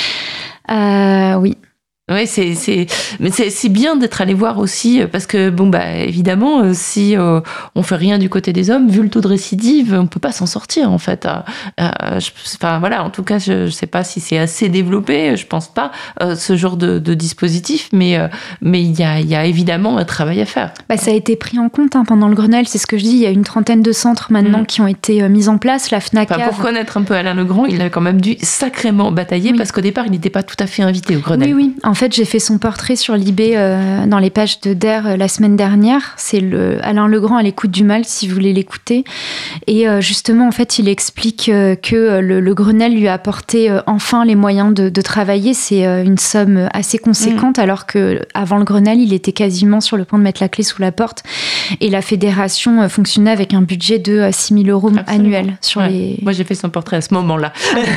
euh, oui. Oui, c'est, c'est, mais c'est, c'est bien d'être allé voir aussi, parce que, bon, bah, évidemment, si euh, on fait rien du côté des hommes, vu le taux de récidive, on peut pas s'en sortir, en fait. Euh, je, enfin, voilà, en tout cas, je, je sais pas si c'est assez développé, je pense pas, euh, ce genre de, de dispositif, mais, euh, mais il y a, il y a évidemment un travail à faire. Bah, ça a été pris en compte hein, pendant le Grenelle, c'est ce que je dis, il y a une trentaine de centres maintenant mmh. qui ont été euh, mis en place, la FNACAV. Enfin, pour connaître un peu Alain Legrand, il a quand même dû sacrément batailler, oui. parce qu'au départ, il n'était pas tout à fait invité au Grenelle. Oui, oui. En fait, j'ai fait son portrait sur Libé euh, dans les pages de D E R euh, la semaine dernière. C'est le Alain Legrand à l'écoute du mal, si vous voulez l'écouter. Et euh, justement, en fait, il explique euh, que euh, le, le Grenelle lui a apporté euh, enfin les moyens de, de travailler. C'est euh, une somme assez conséquente, mmh. alors qu'avant le Grenelle, il était quasiment sur le point de mettre la clé sous la porte. Et la fédération euh, fonctionnait avec un budget de euh, six mille euros annuels. Sur ouais. les... Moi, j'ai fait son portrait à ce moment-là.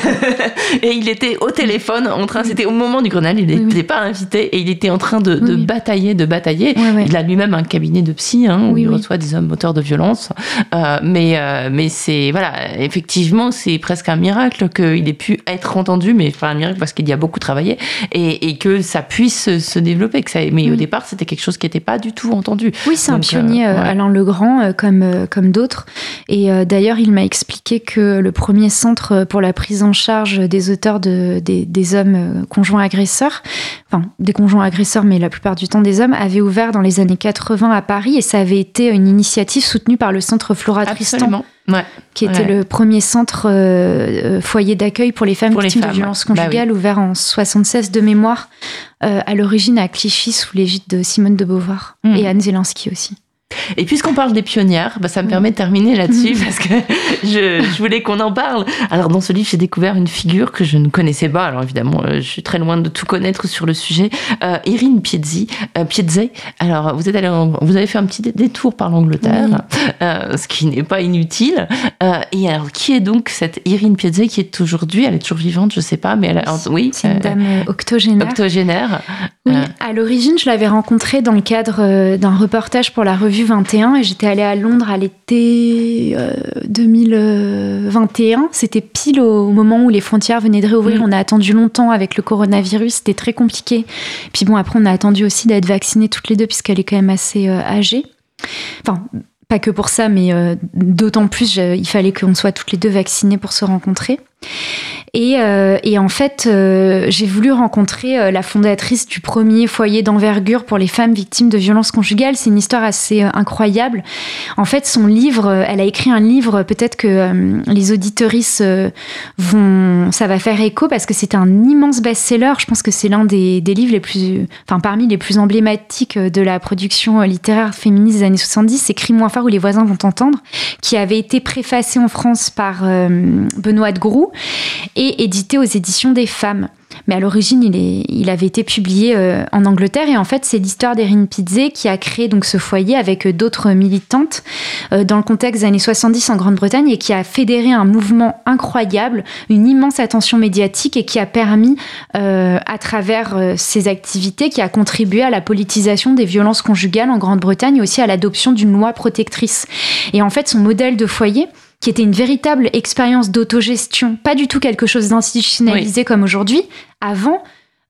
Et il était au téléphone, en train, c'était au moment du Grenelle, il n'était oui, oui. pas invité et il était en train de, de oui. batailler, de batailler. Oui, oui. Il a lui-même un cabinet de psy hein, où oui, il oui. reçoit des hommes auteurs de violence. Euh, mais, euh, mais c'est, voilà, effectivement, c'est presque un miracle qu'il ait pu être entendu, mais enfin un miracle parce qu'il y a beaucoup travaillé et, et que ça puisse se développer. Que ça, mais oui. au départ, c'était quelque chose qui n'était pas du tout entendu. Oui, c'est Donc, un pionnier, euh, ouais. Alain Legrand, euh, comme, euh, comme d'autres. Et euh, d'ailleurs, il m'a expliqué que le premier centre pour la prise en charge des auteurs de, des, des hommes euh, conjoints agresseurs, enfin, des conjoints agresseurs, mais la plupart du temps des hommes, avait ouvert dans les années quatre-vingts à Paris et ça avait été une initiative soutenue par le centre Flora Tristan, ouais. qui était ouais. le premier centre euh, foyer d'accueil pour les femmes pour victimes les femmes. de violences conjugales, bah oui. ouvert en soixante-seize de mémoire, euh, à l'origine à Clichy, sous l'égide de Simone de Beauvoir mmh. et Anne Zelensky aussi. Et puisqu'on parle des pionnières, bah ça me permet de terminer là-dessus parce que je, je voulais qu'on en parle. Alors dans ce livre, j'ai découvert une figure que je ne connaissais pas. Alors évidemment, je suis très loin de tout connaître sur le sujet. Euh, Irine Piezzi, euh, Piezzi. Alors vous êtes allé, en, vous avez fait un petit détour par l'Angleterre, oui. euh, ce qui n'est pas inutile. Euh, et alors qui est donc cette Irine Piezzi qui est aujourd'hui, elle est toujours vivante, je sais pas, mais elle, a, oui, c'est une euh, dame octogénaire. Octogénaire. Oui. Euh, à l'origine, je l'avais rencontrée dans le cadre d'un reportage pour la revue vingt et un et j'étais allée à Londres à l'été euh, deux mille vingt et un. C'était pile au moment où les frontières venaient de réouvrir. Mmh. On a attendu longtemps avec le coronavirus, c'était très compliqué. Puis bon, après on a attendu aussi d'être vaccinées toutes les deux puisqu'elle est quand même assez euh, âgée. Enfin, pas que pour ça, mais euh, d'autant plus, je, il fallait qu'on soit toutes les deux vaccinées pour se rencontrer. Et, euh, et en fait, euh, j'ai voulu rencontrer euh, la fondatrice du premier foyer d'envergure pour les femmes victimes de violences conjugales. C'est une histoire assez euh, incroyable. En fait, son livre, euh, elle a écrit un livre, peut-être que euh, les auditorices euh, vont... Ça va faire écho parce que c'est un immense best-seller. Je pense que c'est l'un des, des livres les plus... Enfin, parmi les plus emblématiques de la production littéraire féministe des années soixante-dix. C'est « Crie moins fort ou les voisins vont t'entendre » qui avait été préfacé en France par euh, Benoît de Groux et édité aux éditions des Femmes. Mais à l'origine, il, est, il avait été publié euh, en Angleterre. Et en fait, c'est l'histoire d'Irine Piezzi qui a créé donc, ce foyer avec d'autres militantes euh, dans le contexte des années soixante-dix en Grande-Bretagne et qui a fédéré un mouvement incroyable, une immense attention médiatique et qui a permis, euh, à travers euh, ses activités, qui a contribué à la politisation des violences conjugales en Grande-Bretagne et aussi à l'adoption d'une loi protectrice. Et en fait, son modèle de foyer, qui était une véritable expérience d'autogestion, pas du tout quelque chose d'institutionnalisé oui. comme aujourd'hui. Avant,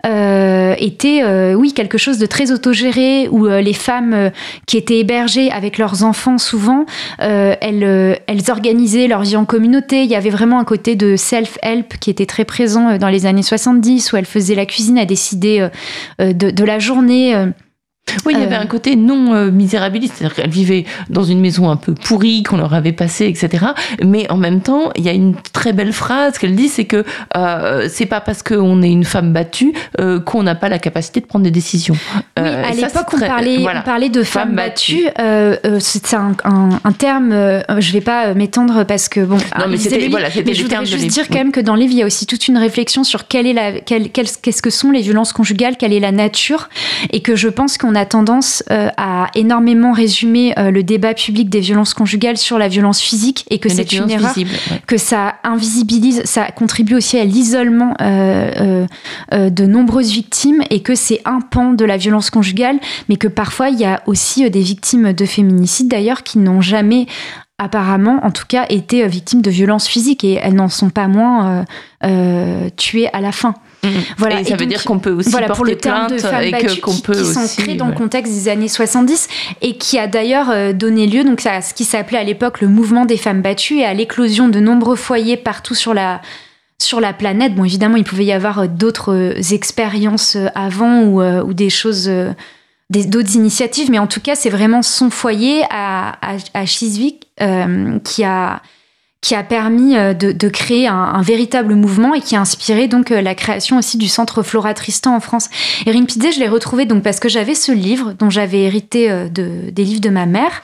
euh, était, euh, oui, quelque chose de très autogéré, où euh, les femmes euh, qui étaient hébergées avec leurs enfants, souvent, euh, elles, euh, elles organisaient leur vie en communauté. Il y avait vraiment un côté de self-help qui était très présent dans les années soixante-dix, où elles faisaient la cuisine, à décider euh, de, de la journée. Euh, Oui, il y avait un côté non euh, misérabiliste, c'est-à-dire qu'elles vivaient dans une maison un peu pourrie qu'on leur avait passée, et cetera. Mais en même temps, il y a une très belle phrase qu'elle dit, c'est que euh, c'est pas parce qu'on est une femme battue euh, qu'on n'a pas la capacité de prendre des décisions. Oui, euh, à l'époque, ça, on, très, parlait, voilà. on parlait de femmes, femmes battues. battues. Euh, euh, c'est un, un, un terme, euh, je vais pas m'étendre parce que bon. Non, mais c'était, voilà, c'était mais je voudrais termes juste de dire oui. quand même que dans le livre, il y a aussi toute une réflexion sur quelle est la, quelle, quelle, qu'est-ce que sont les violences conjugales, quelle est la nature, et que je pense qu'on a tendance euh, à énormément résumer euh, le débat public des violences conjugales sur la violence physique, et que mais c'est une erreur, visible, ouais. que ça invisibilise, ça contribue aussi à l'isolement euh, euh, euh, de nombreuses victimes, et que c'est un pan de la violence conjugale, mais que parfois il y a aussi euh, des victimes de féminicide d'ailleurs qui n'ont jamais apparemment, en tout cas, été victimes de violences physiques, et elles n'en sont pas moins euh, euh, tuées à la fin. Mmh. Voilà. Et ça et veut donc, dire qu'on peut aussi voilà, porter pour le plainte terme de femmes et battues que, qu'on qui, peut qui aussi, sont créées dans ouais. le contexte des années soixante-dix, et qui a d'ailleurs euh, donné lieu donc, à ce qui s'appelait à l'époque le mouvement des femmes battues, et à l'éclosion de nombreux foyers partout sur la, sur la planète. Bon, évidemment, il pouvait y avoir d'autres euh, expériences avant, ou, euh, ou des choses... Euh, Des, d'autres initiatives, mais en tout cas, c'est vraiment son foyer à, à, à Chiswick euh, qui, a, qui a permis de, de créer un, un véritable mouvement, et qui a inspiré donc la création aussi du centre Flora Tristan en France. Erin Pizzey, je l'ai retrouvée donc parce que j'avais ce livre dont j'avais hérité de, des livres de ma mère.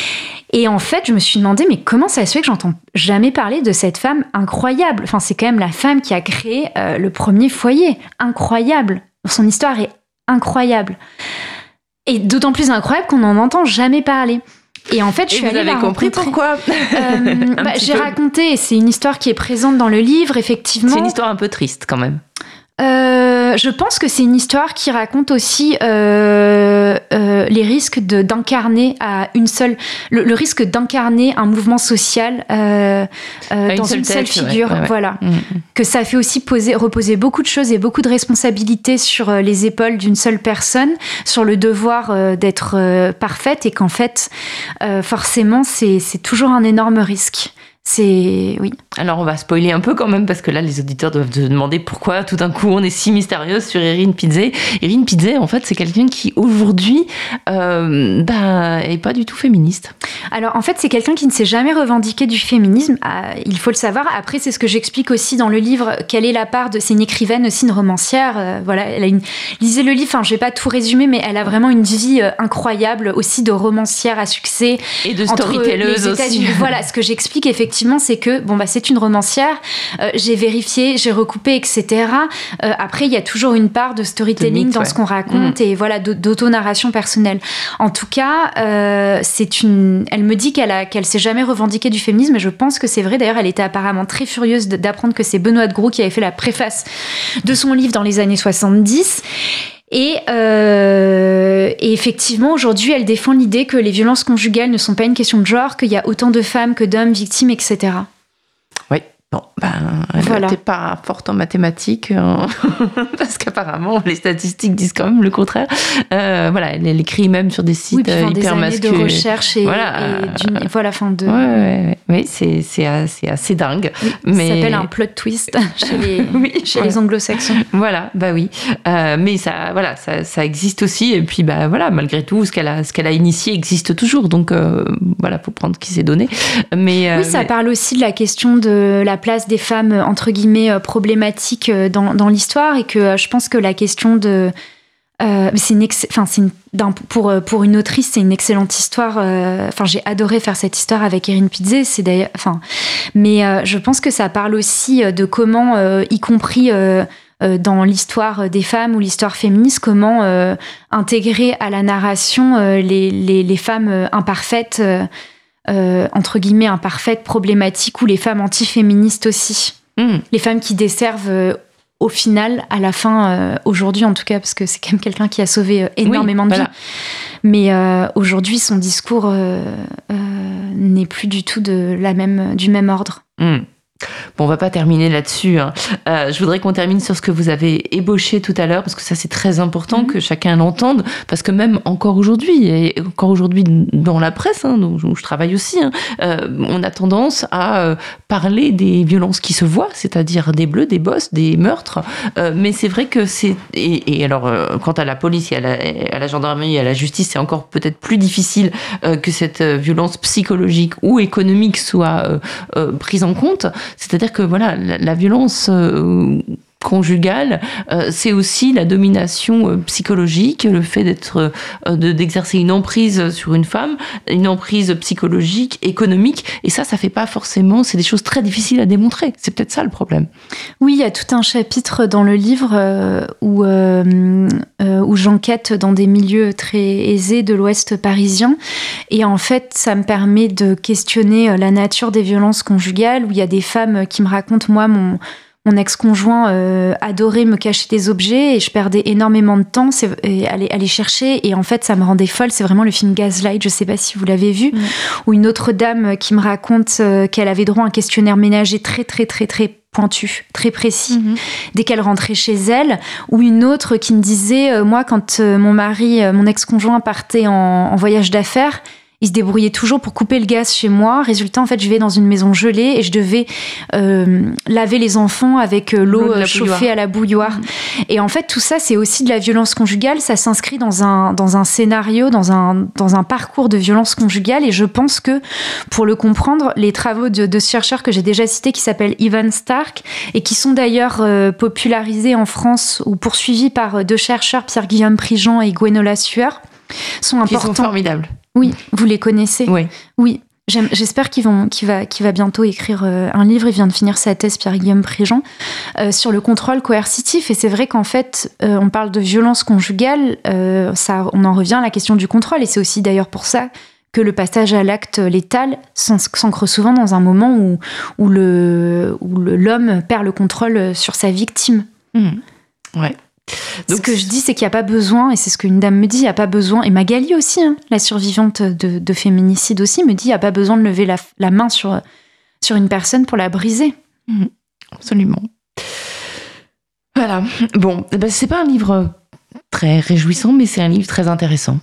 Et en fait, je me suis demandé, mais comment ça se fait que j'entends jamais parler de cette femme incroyable ? Enfin, c'est quand même la femme qui a créé euh, le premier foyer. Incroyable. Son histoire est incroyable. Et d'autant plus incroyable qu'on n'en entend jamais parler. Et en fait, je et suis vous allée avez la compris rencontrer. Pourquoi euh, bah, J'ai peu. raconté, et c'est une histoire qui est présente dans le livre, effectivement. C'est une histoire un peu triste, quand même. Euh, je pense que c'est une histoire qui raconte aussi euh, euh, les risques de, d'incarner à une seule, le, le risque d'incarner un mouvement social euh, euh, dans une seule, une seule tête, figure, ouais, ouais, ouais. voilà. Mmh. Que ça fait aussi poser, reposer beaucoup de choses et beaucoup de responsabilités sur les épaules d'une seule personne, sur le devoir euh, d'être euh, parfaite, et qu'en fait, euh, forcément, c'est, c'est toujours un énorme risque. C'est... oui. Alors, on va spoiler un peu quand même, parce que là, les auditeurs doivent se demander pourquoi, tout d'un coup, on est si mystérieuse sur Erin Pizzey. Erin Pizzey, en fait, c'est quelqu'un qui, aujourd'hui, euh, bah, est pas du tout féministe. Alors, en fait, c'est quelqu'un qui ne s'est jamais revendiqué du féminisme. Ah, il faut le savoir. Après, c'est ce que j'explique aussi dans le livre. Quelle est la part de... C'est une écrivaine aussi, une romancière. Euh, voilà, elle a une... Lisez le livre, enfin, je vais pas tout résumer, mais elle a vraiment une vie euh, incroyable, aussi de romancière à succès. Et de storytelleuse aussi. Voilà, ce que j'explique, effectivement, Effectivement, c'est que bon bah c'est une romancière. Euh, j'ai vérifié, j'ai recoupé, et cetera. Euh, après, il y a toujours une part de storytelling mythe, dans ouais. ce qu'on raconte, mmh. et voilà d'auto-narration personnelle. En tout cas, euh, c'est une. Elle me dit qu'elle a qu'elle s'est jamais revendiquée du féminisme, et je pense que c'est vrai. D'ailleurs, elle était apparemment très furieuse d'apprendre que c'est Benoît de Groux qui avait fait la préface de son livre dans les années soixante-dix. Et, euh, et effectivement, aujourd'hui, elle défend l'idée que les violences conjugales ne sont pas une question de genre, qu'il y a autant de femmes que d'hommes victimes, et cetera. Oui, bon, ben, elle n'était voilà. pas forte en mathématiques, hein, parce qu'apparemment, les statistiques disent quand même le contraire. Euh, voilà, elle, elle écrit même sur des sites oui, hyper masculins. De recherche et, voilà, et d'une, voilà, fin de. Ouais, ouais, ouais. Oui, c'est, c'est, assez, assez dingue. Oui, mais... Ça s'appelle un plot twist chez les, oui, chez voilà. les anglo-saxons. Voilà, bah oui. Euh, mais ça, voilà, ça, ça existe aussi. Et puis, bah voilà, malgré tout, ce qu'elle a, ce qu'elle a initié existe toujours. Donc, euh, voilà, faut prendre qui s'est donné. Mais, euh, oui, ça mais... parle aussi de la question de la place des femmes, entre guillemets, problématiques dans, dans l'histoire. Et que je pense que la question de... Euh, c'est une ex- enfin, c'est une, pour, pour une autrice, c'est une excellente histoire. Euh, enfin, j'ai adoré faire cette histoire avec Erin Pizzey. C'est d'ailleurs, enfin, mais euh, je pense que ça parle aussi de comment, euh, y compris euh, euh, dans l'histoire des femmes ou l'histoire féministe, comment euh, intégrer à la narration euh, les, les, les femmes imparfaites, euh, euh, entre guillemets imparfaites, problématiques, ou les femmes antiféministes aussi. Mmh. Les femmes qui desservent euh, au final, à la fin, euh, aujourd'hui en tout cas, parce que c'est quand même quelqu'un qui a sauvé euh, énormément oui, de voilà. vies. Mais euh, aujourd'hui, son discours euh, euh, n'est plus du tout de la même, du même ordre. Mmh. Bon, on va pas terminer là-dessus. Hein. Euh, je voudrais qu'on termine sur ce que vous avez ébauché tout à l'heure, parce que ça, c'est très important mmh. que chacun l'entende, parce que même encore aujourd'hui, et encore aujourd'hui dans la presse, hein, où je travaille aussi, hein, euh, on a tendance à euh, parler des violences qui se voient, c'est-à-dire des bleus, des bosses, des meurtres. Euh, mais c'est vrai que c'est... Et, et alors, euh, quant à la police et à la, à la gendarmerie et à la justice, c'est encore peut-être plus difficile euh, que cette violence psychologique ou économique soit euh, euh, prise en compte. C'est-à-dire que voilà, la, la violence euh, conjugale, euh, c'est aussi la domination euh, psychologique, le fait d'être, euh, de, d'exercer une emprise sur une femme, une emprise psychologique, économique, et ça, ça fait pas forcément, c'est des choses très difficiles à démontrer. C'est peut-être ça le problème. Oui, il y a tout un chapitre dans le livre euh, où, euh, euh, où j'enquête dans des milieux très aisés de l'Ouest parisien, et en fait, ça me permet de questionner la nature des violences conjugales, où il y a des femmes qui me racontent, moi, mon Mon ex-conjoint euh, adorait me cacher des objets et je perdais énormément de temps c'est, et aller, aller chercher. Et en fait, ça me rendait folle. C'est vraiment le film Gaslight, je ne sais pas si vous l'avez vu, mmh. où une autre dame qui me raconte euh, qu'elle avait droit à un questionnaire ménager très, très, très, très pointu, très précis, mmh. dès qu'elle rentrait chez elle. Ou une autre qui me disait, euh, moi, quand euh, mon mari, euh, mon ex-conjoint partait en, en voyage d'affaires, il se débrouillait toujours pour couper le gaz chez moi. Résultat, en fait, je vivais dans une maison gelée et je devais euh, laver les enfants avec euh, l'eau, l'eau chauffée à la bouilloire. Mmh. Et en fait, tout ça, c'est aussi de la violence conjugale. Ça s'inscrit dans un, dans un scénario, dans un, dans un parcours de violence conjugale. Et je pense que, pour le comprendre, les travaux de, de ce chercheur que j'ai déjà cité, qui s'appelle Ivan Stark, et qui sont d'ailleurs euh, popularisés en France ou poursuivis par deux chercheurs, Pierre-Guillaume Prigent et Gwenola Sueur, sont importants. Ils sont formidables. Oui, vous les connaissez. Oui. Oui. J'aime, j'espère qu'ils vont, qu'il, va, qu'il va bientôt écrire euh, un livre. Il vient de finir sa thèse, Pierre-Guillaume Prigent, euh, sur le contrôle coercitif. Et c'est vrai qu'en fait, euh, on parle de violence conjugale. Euh, ça, on en revient à la question du contrôle. Et c'est aussi d'ailleurs pour ça que le passage à l'acte létal s'ancre souvent dans un moment où, où, le, où le, l'homme perd le contrôle sur sa victime. Mmh. Ouais. Donc, ce que je dis, c'est qu'il n'y a pas besoin, et c'est ce qu'une dame me dit, il n'y a pas besoin, et Magali aussi, hein, la survivante de, de féminicide aussi, me dit, il n'y a pas besoin de lever la, la main sur, sur une personne pour la briser. Mmh, absolument. Voilà. Bon, ben, c'est pas un livre très réjouissant, mais c'est un livre très intéressant.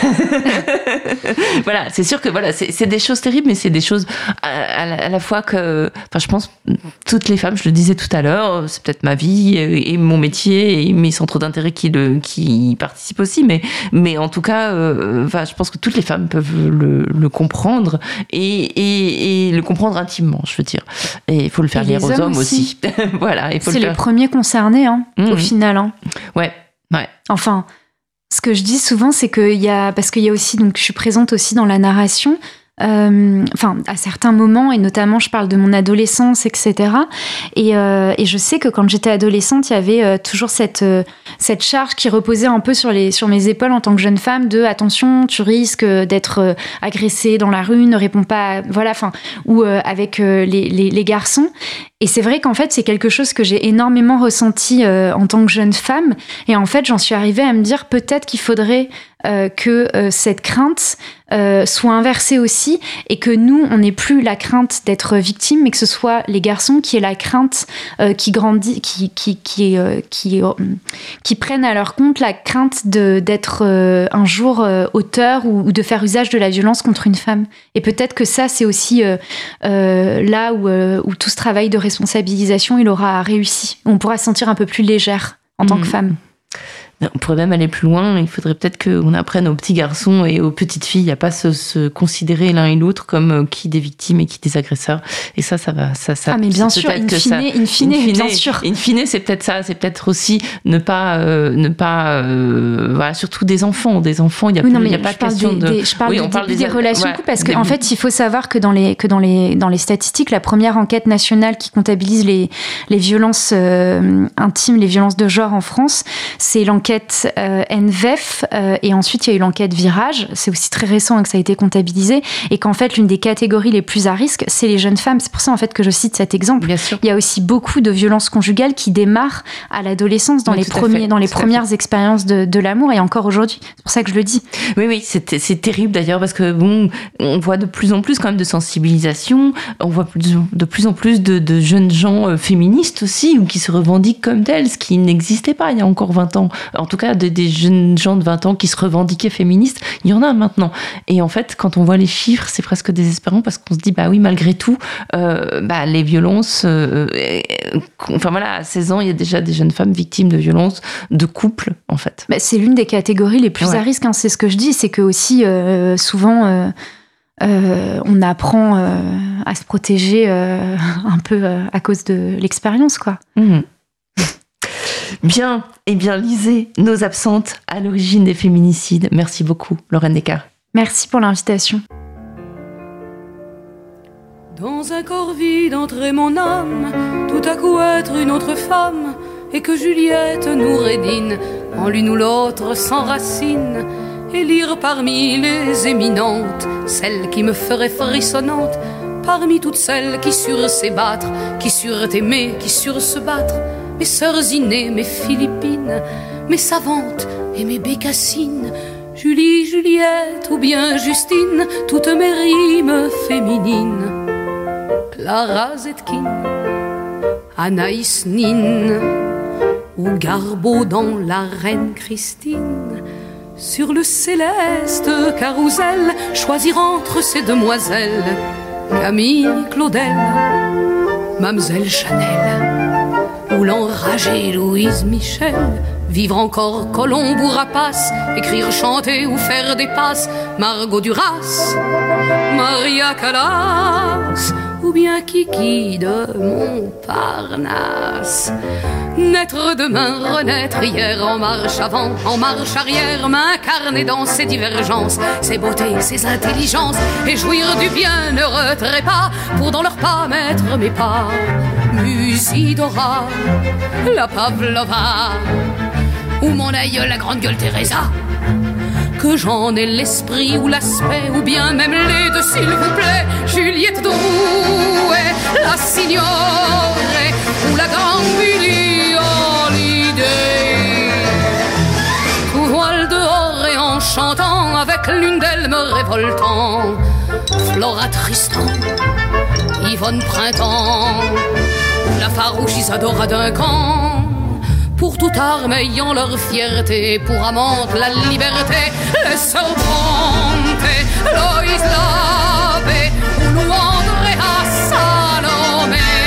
Voilà, c'est sûr que voilà, c'est, c'est des choses terribles, mais c'est des choses à, à, la, à la fois que, enfin, je pense toutes les femmes, je le disais tout à l'heure, c'est peut-être ma vie et, et mon métier et mes centres d'intérêt qui le qui participent aussi, mais mais en tout cas, euh, enfin, je pense que toutes les femmes peuvent le, le comprendre et, et et le comprendre intimement, je veux dire. Et il faut le faire lire aux hommes aussi. aussi. Voilà, il faut c'est le faire. les premiers concernés, hein, mmh. au final. Hein. Ouais, ouais. Enfin. Ce que je dis souvent, c'est qu'il y a, parce qu'il y a aussi, donc je suis présente aussi dans la narration, euh, enfin à certains moments, et notamment je parle de mon adolescence, et cetera. Et, euh, et je sais que quand j'étais adolescente, il y avait euh, toujours cette, euh, cette charge qui reposait un peu sur, les, sur mes épaules en tant que jeune femme de attention, tu risques d'être euh, agressée dans la rue, ne réponds pas, à, voilà, enfin, ou euh, avec euh, les, les, les garçons. Et c'est vrai qu'en fait, c'est quelque chose que j'ai énormément ressenti euh, en tant que jeune femme. Et en fait, j'en suis arrivée à me dire peut-être qu'il faudrait euh, que euh, cette crainte euh, soit inversée aussi et que nous, on n'ait plus la crainte d'être victime, mais que ce soit les garçons qui aient la crainte euh, qui grandit, qui qui qui euh, qui, euh, qui prennent à leur compte la crainte de d'être euh, un jour euh, auteur ou, ou de faire usage de la violence contre une femme. Et peut-être que ça, c'est aussi euh, euh, là où euh, où tout ce travail de responsabilisation, il aura réussi. On pourra se sentir un peu plus légère en tant mmh. que femme. On pourrait même aller plus loin. Il faudrait peut-être qu'on apprenne aux petits garçons et aux petites filles à pas se, se considérer l'un et l'autre comme qui des victimes et qui des agresseurs. Et ça, ça va, ça, ça. Ah mais bien sûr, in fine, ça, in fine, in fine, bien sûr. In fine, c'est peut-être ça. C'est peut-être aussi ne pas, euh, ne pas, euh, voilà, surtout des enfants, des enfants. Il y a, oui, plus, non, mais il y a pas de question des, de. Des, je parle oui, de on parle des, des relations, ouais, parce qu'en en fait, il faut savoir que dans les, que dans les, dans les statistiques, la première enquête nationale qui comptabilise les, les violences euh, intimes, les violences de genre en France, c'est l'enquête l'enquête euh, N V E F euh, et ensuite il y a eu l'enquête Virage. C'est aussi très récent que ça a été comptabilisé et qu'en fait l'une des catégories les plus à risque, c'est les jeunes femmes. C'est pour ça en fait que je cite cet exemple. Bien sûr. Il y a aussi beaucoup de violences conjugales qui démarrent à l'adolescence, dans oui, les premiers, dans les premières expériences de, de l'amour et encore aujourd'hui. C'est pour ça que je le dis. Oui, oui, c'est, c'est terrible d'ailleurs parce que bon, on voit de plus en plus quand même de sensibilisation. On voit de plus en plus de, de jeunes gens euh, féministes aussi ou qui se revendiquent comme tels, ce qui n'existait pas il y a encore vingt ans. En tout cas, de, des jeunes gens de vingt ans qui se revendiquaient féministes, il y en a maintenant. Et en fait, quand on voit les chiffres, c'est presque désespérant parce qu'on se dit, bah oui, malgré tout, euh, bah, les violences, euh, euh, enfin voilà, à seize ans, il y a déjà des jeunes femmes victimes de violences de couple, en fait. Bah, c'est l'une des catégories les plus ouais. à risque, hein, c'est ce que je dis, c'est que aussi, euh, souvent... Euh Euh, on apprend euh, à se protéger euh, un peu euh, à cause de l'expérience, quoi. Mmh. Bien, eh bien, lisez Nos absentes à l'origine des féminicides. Merci beaucoup, Lorraine Descartes. Merci pour l'invitation. Dans un corps vide entrait mon âme, tout à coup être une autre femme, et que Juliette nous rédine, en l'une ou l'autre s'enracine, et lire parmi les éminentes celle qui me ferait frissonnante, parmi toutes celles qui surent s'ébattre, qui surent aimer, qui surent se battre, mes sœurs innées, mes Philippines, mes savantes et mes bécassines, Julie, Juliette ou bien Justine, toutes mes rimes féminines, Clara Zetkin, Anaïs Nin ou Garbeau dans La Reine Christine. Sur le céleste carrousel, choisir entre ces demoiselles Camille Claudel, Mamselle Chanel ou l'enragée Louise Michel. Vivre encore Colombe ou Rapace, écrire, chanter ou faire des passes Margot Duras, Maria Callas ou bien Kiki de Montparnasse. Naître demain, renaître hier, en marche avant, en marche arrière, m'incarner dans ces divergences, ces beautés, ces intelligences, et jouir du bienheureux trépas, pour dans leurs pas mettre mes pas. Musidora, la Pavlova, ou mon aïeul, la grande gueule Teresa. Que j'en ai l'esprit ou l'aspect, ou bien même les deux, s'il vous plaît. Juliette Drouet, la Signore, ou la grande Billie Holiday. Tout voile dehors et en chantant, avec l'une d'elles me révoltant, Flora Tristan, Yvonne Printemps, la farouche Isadora Duncan. Pour toute arme ayant leur fierté, pour amante la liberté, les sœurs Brontë, Loïs Labbé ou Andrea Salomé.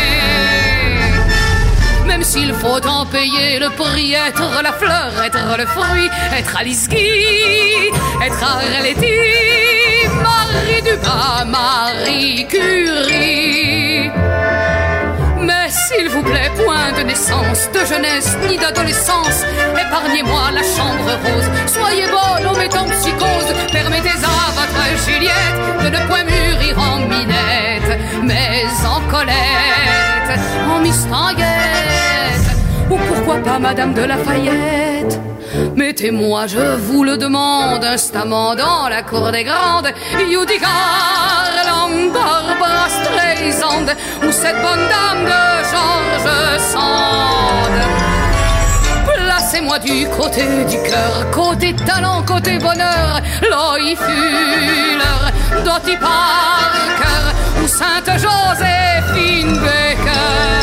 Même s'il faut en payer le prix, être la fleur, être le fruit, être Alice Guy, être Arletty, Marie Dumas, Marie Curie. Mais s'il vous plaît, point de naissance, de jeunesse ni d'adolescence, épargnez-moi la chambre rose. Soyez bonne en mettant psychose, permettez à votre Juliette de ne point mûrir en Minette, mais en Colette, en Mistinguette, ou pourquoi pas Madame de Lafayette. Mettez-moi, je vous le demande, instamment dans la cour des grandes, Judy Garland, Barbara Streisand, ou cette bonne dame de George Sand. Placez-moi du côté du cœur, côté talent, côté bonheur, Loï Fuller, Dottie Parker, ou Sainte Joséphine Baker.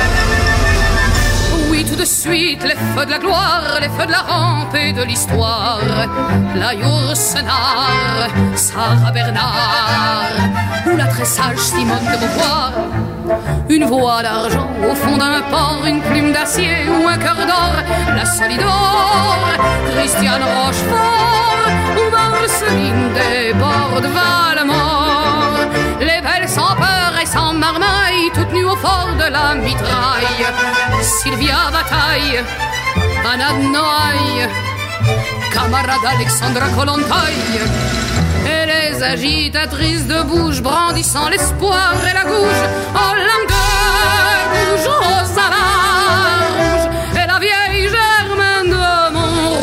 Tout de suite, les feux de la gloire, les feux de la rampe et de l'histoire, la Yourcenar, Sarah Bernard, ou la très sage Simone de Beauvoir. Une voix d'argent au fond d'un port, une plume d'acier ou un cœur d'or, la Solidor, Christiane Rochefort, ou Marceline des bords de Valmore. Les belles sans peur et sans marmaille, toutes nues au fort de la mitraille, Sylvia Bataille, Anna de Noailles, camarade Alexandra Kollontai, et les agitatrices de bouche brandissant l'espoir et la gouge, Hollande de Gouge, Rosa la Rouge, et la vieille Germaine de Montrouge.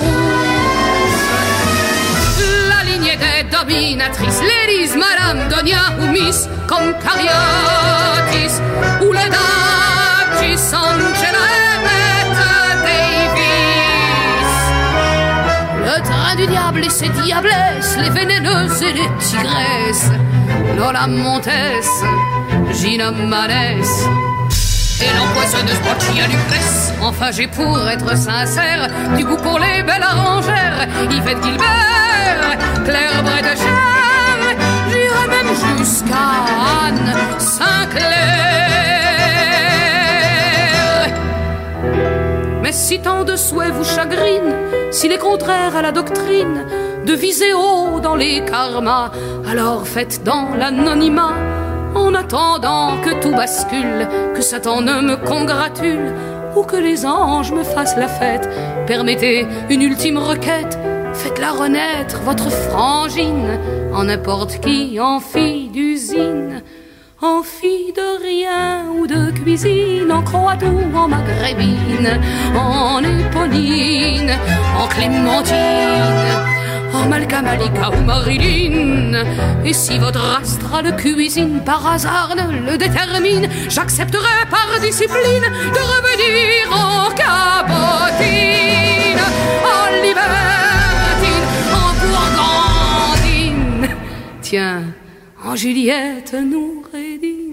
Donia ou Miss comme Cariotis, ou les Dutchess, Angela et Bette Davis. Le train du diable et ses diablesses, les vénéneuses et les tigresses, Lola Montes, Gina Manès et l'empoisonneuse Portia Lucrèce. Enfin j'ai pour être sincère du goût pour les belles arrangères, Yvette Gilbert, Claire Bredecher, j'irai même jusqu'à Anne Sinclair. Mais si tant de souhaits vous chagrinent, s'il est contraire à la doctrine de viser haut dans les karmas, alors faites dans l'anonymat, en attendant que tout bascule, que Satan ne me congratule, ou que les anges me fassent la fête. Permettez une ultime requête, faites-la renaître, votre frangine, en n'importe qui, en fille d'usine, en fille de rien ou de cuisine, en croate ou en maghrébine, en éponine, en clémentine, en Malka, Malika ou Marilyn. Et si votre astrale cuisine par hasard ne le détermine, j'accepterai par discipline de revenir en cabotine, en libertine, en gourgandine, tiens, en Juliette Noureddine.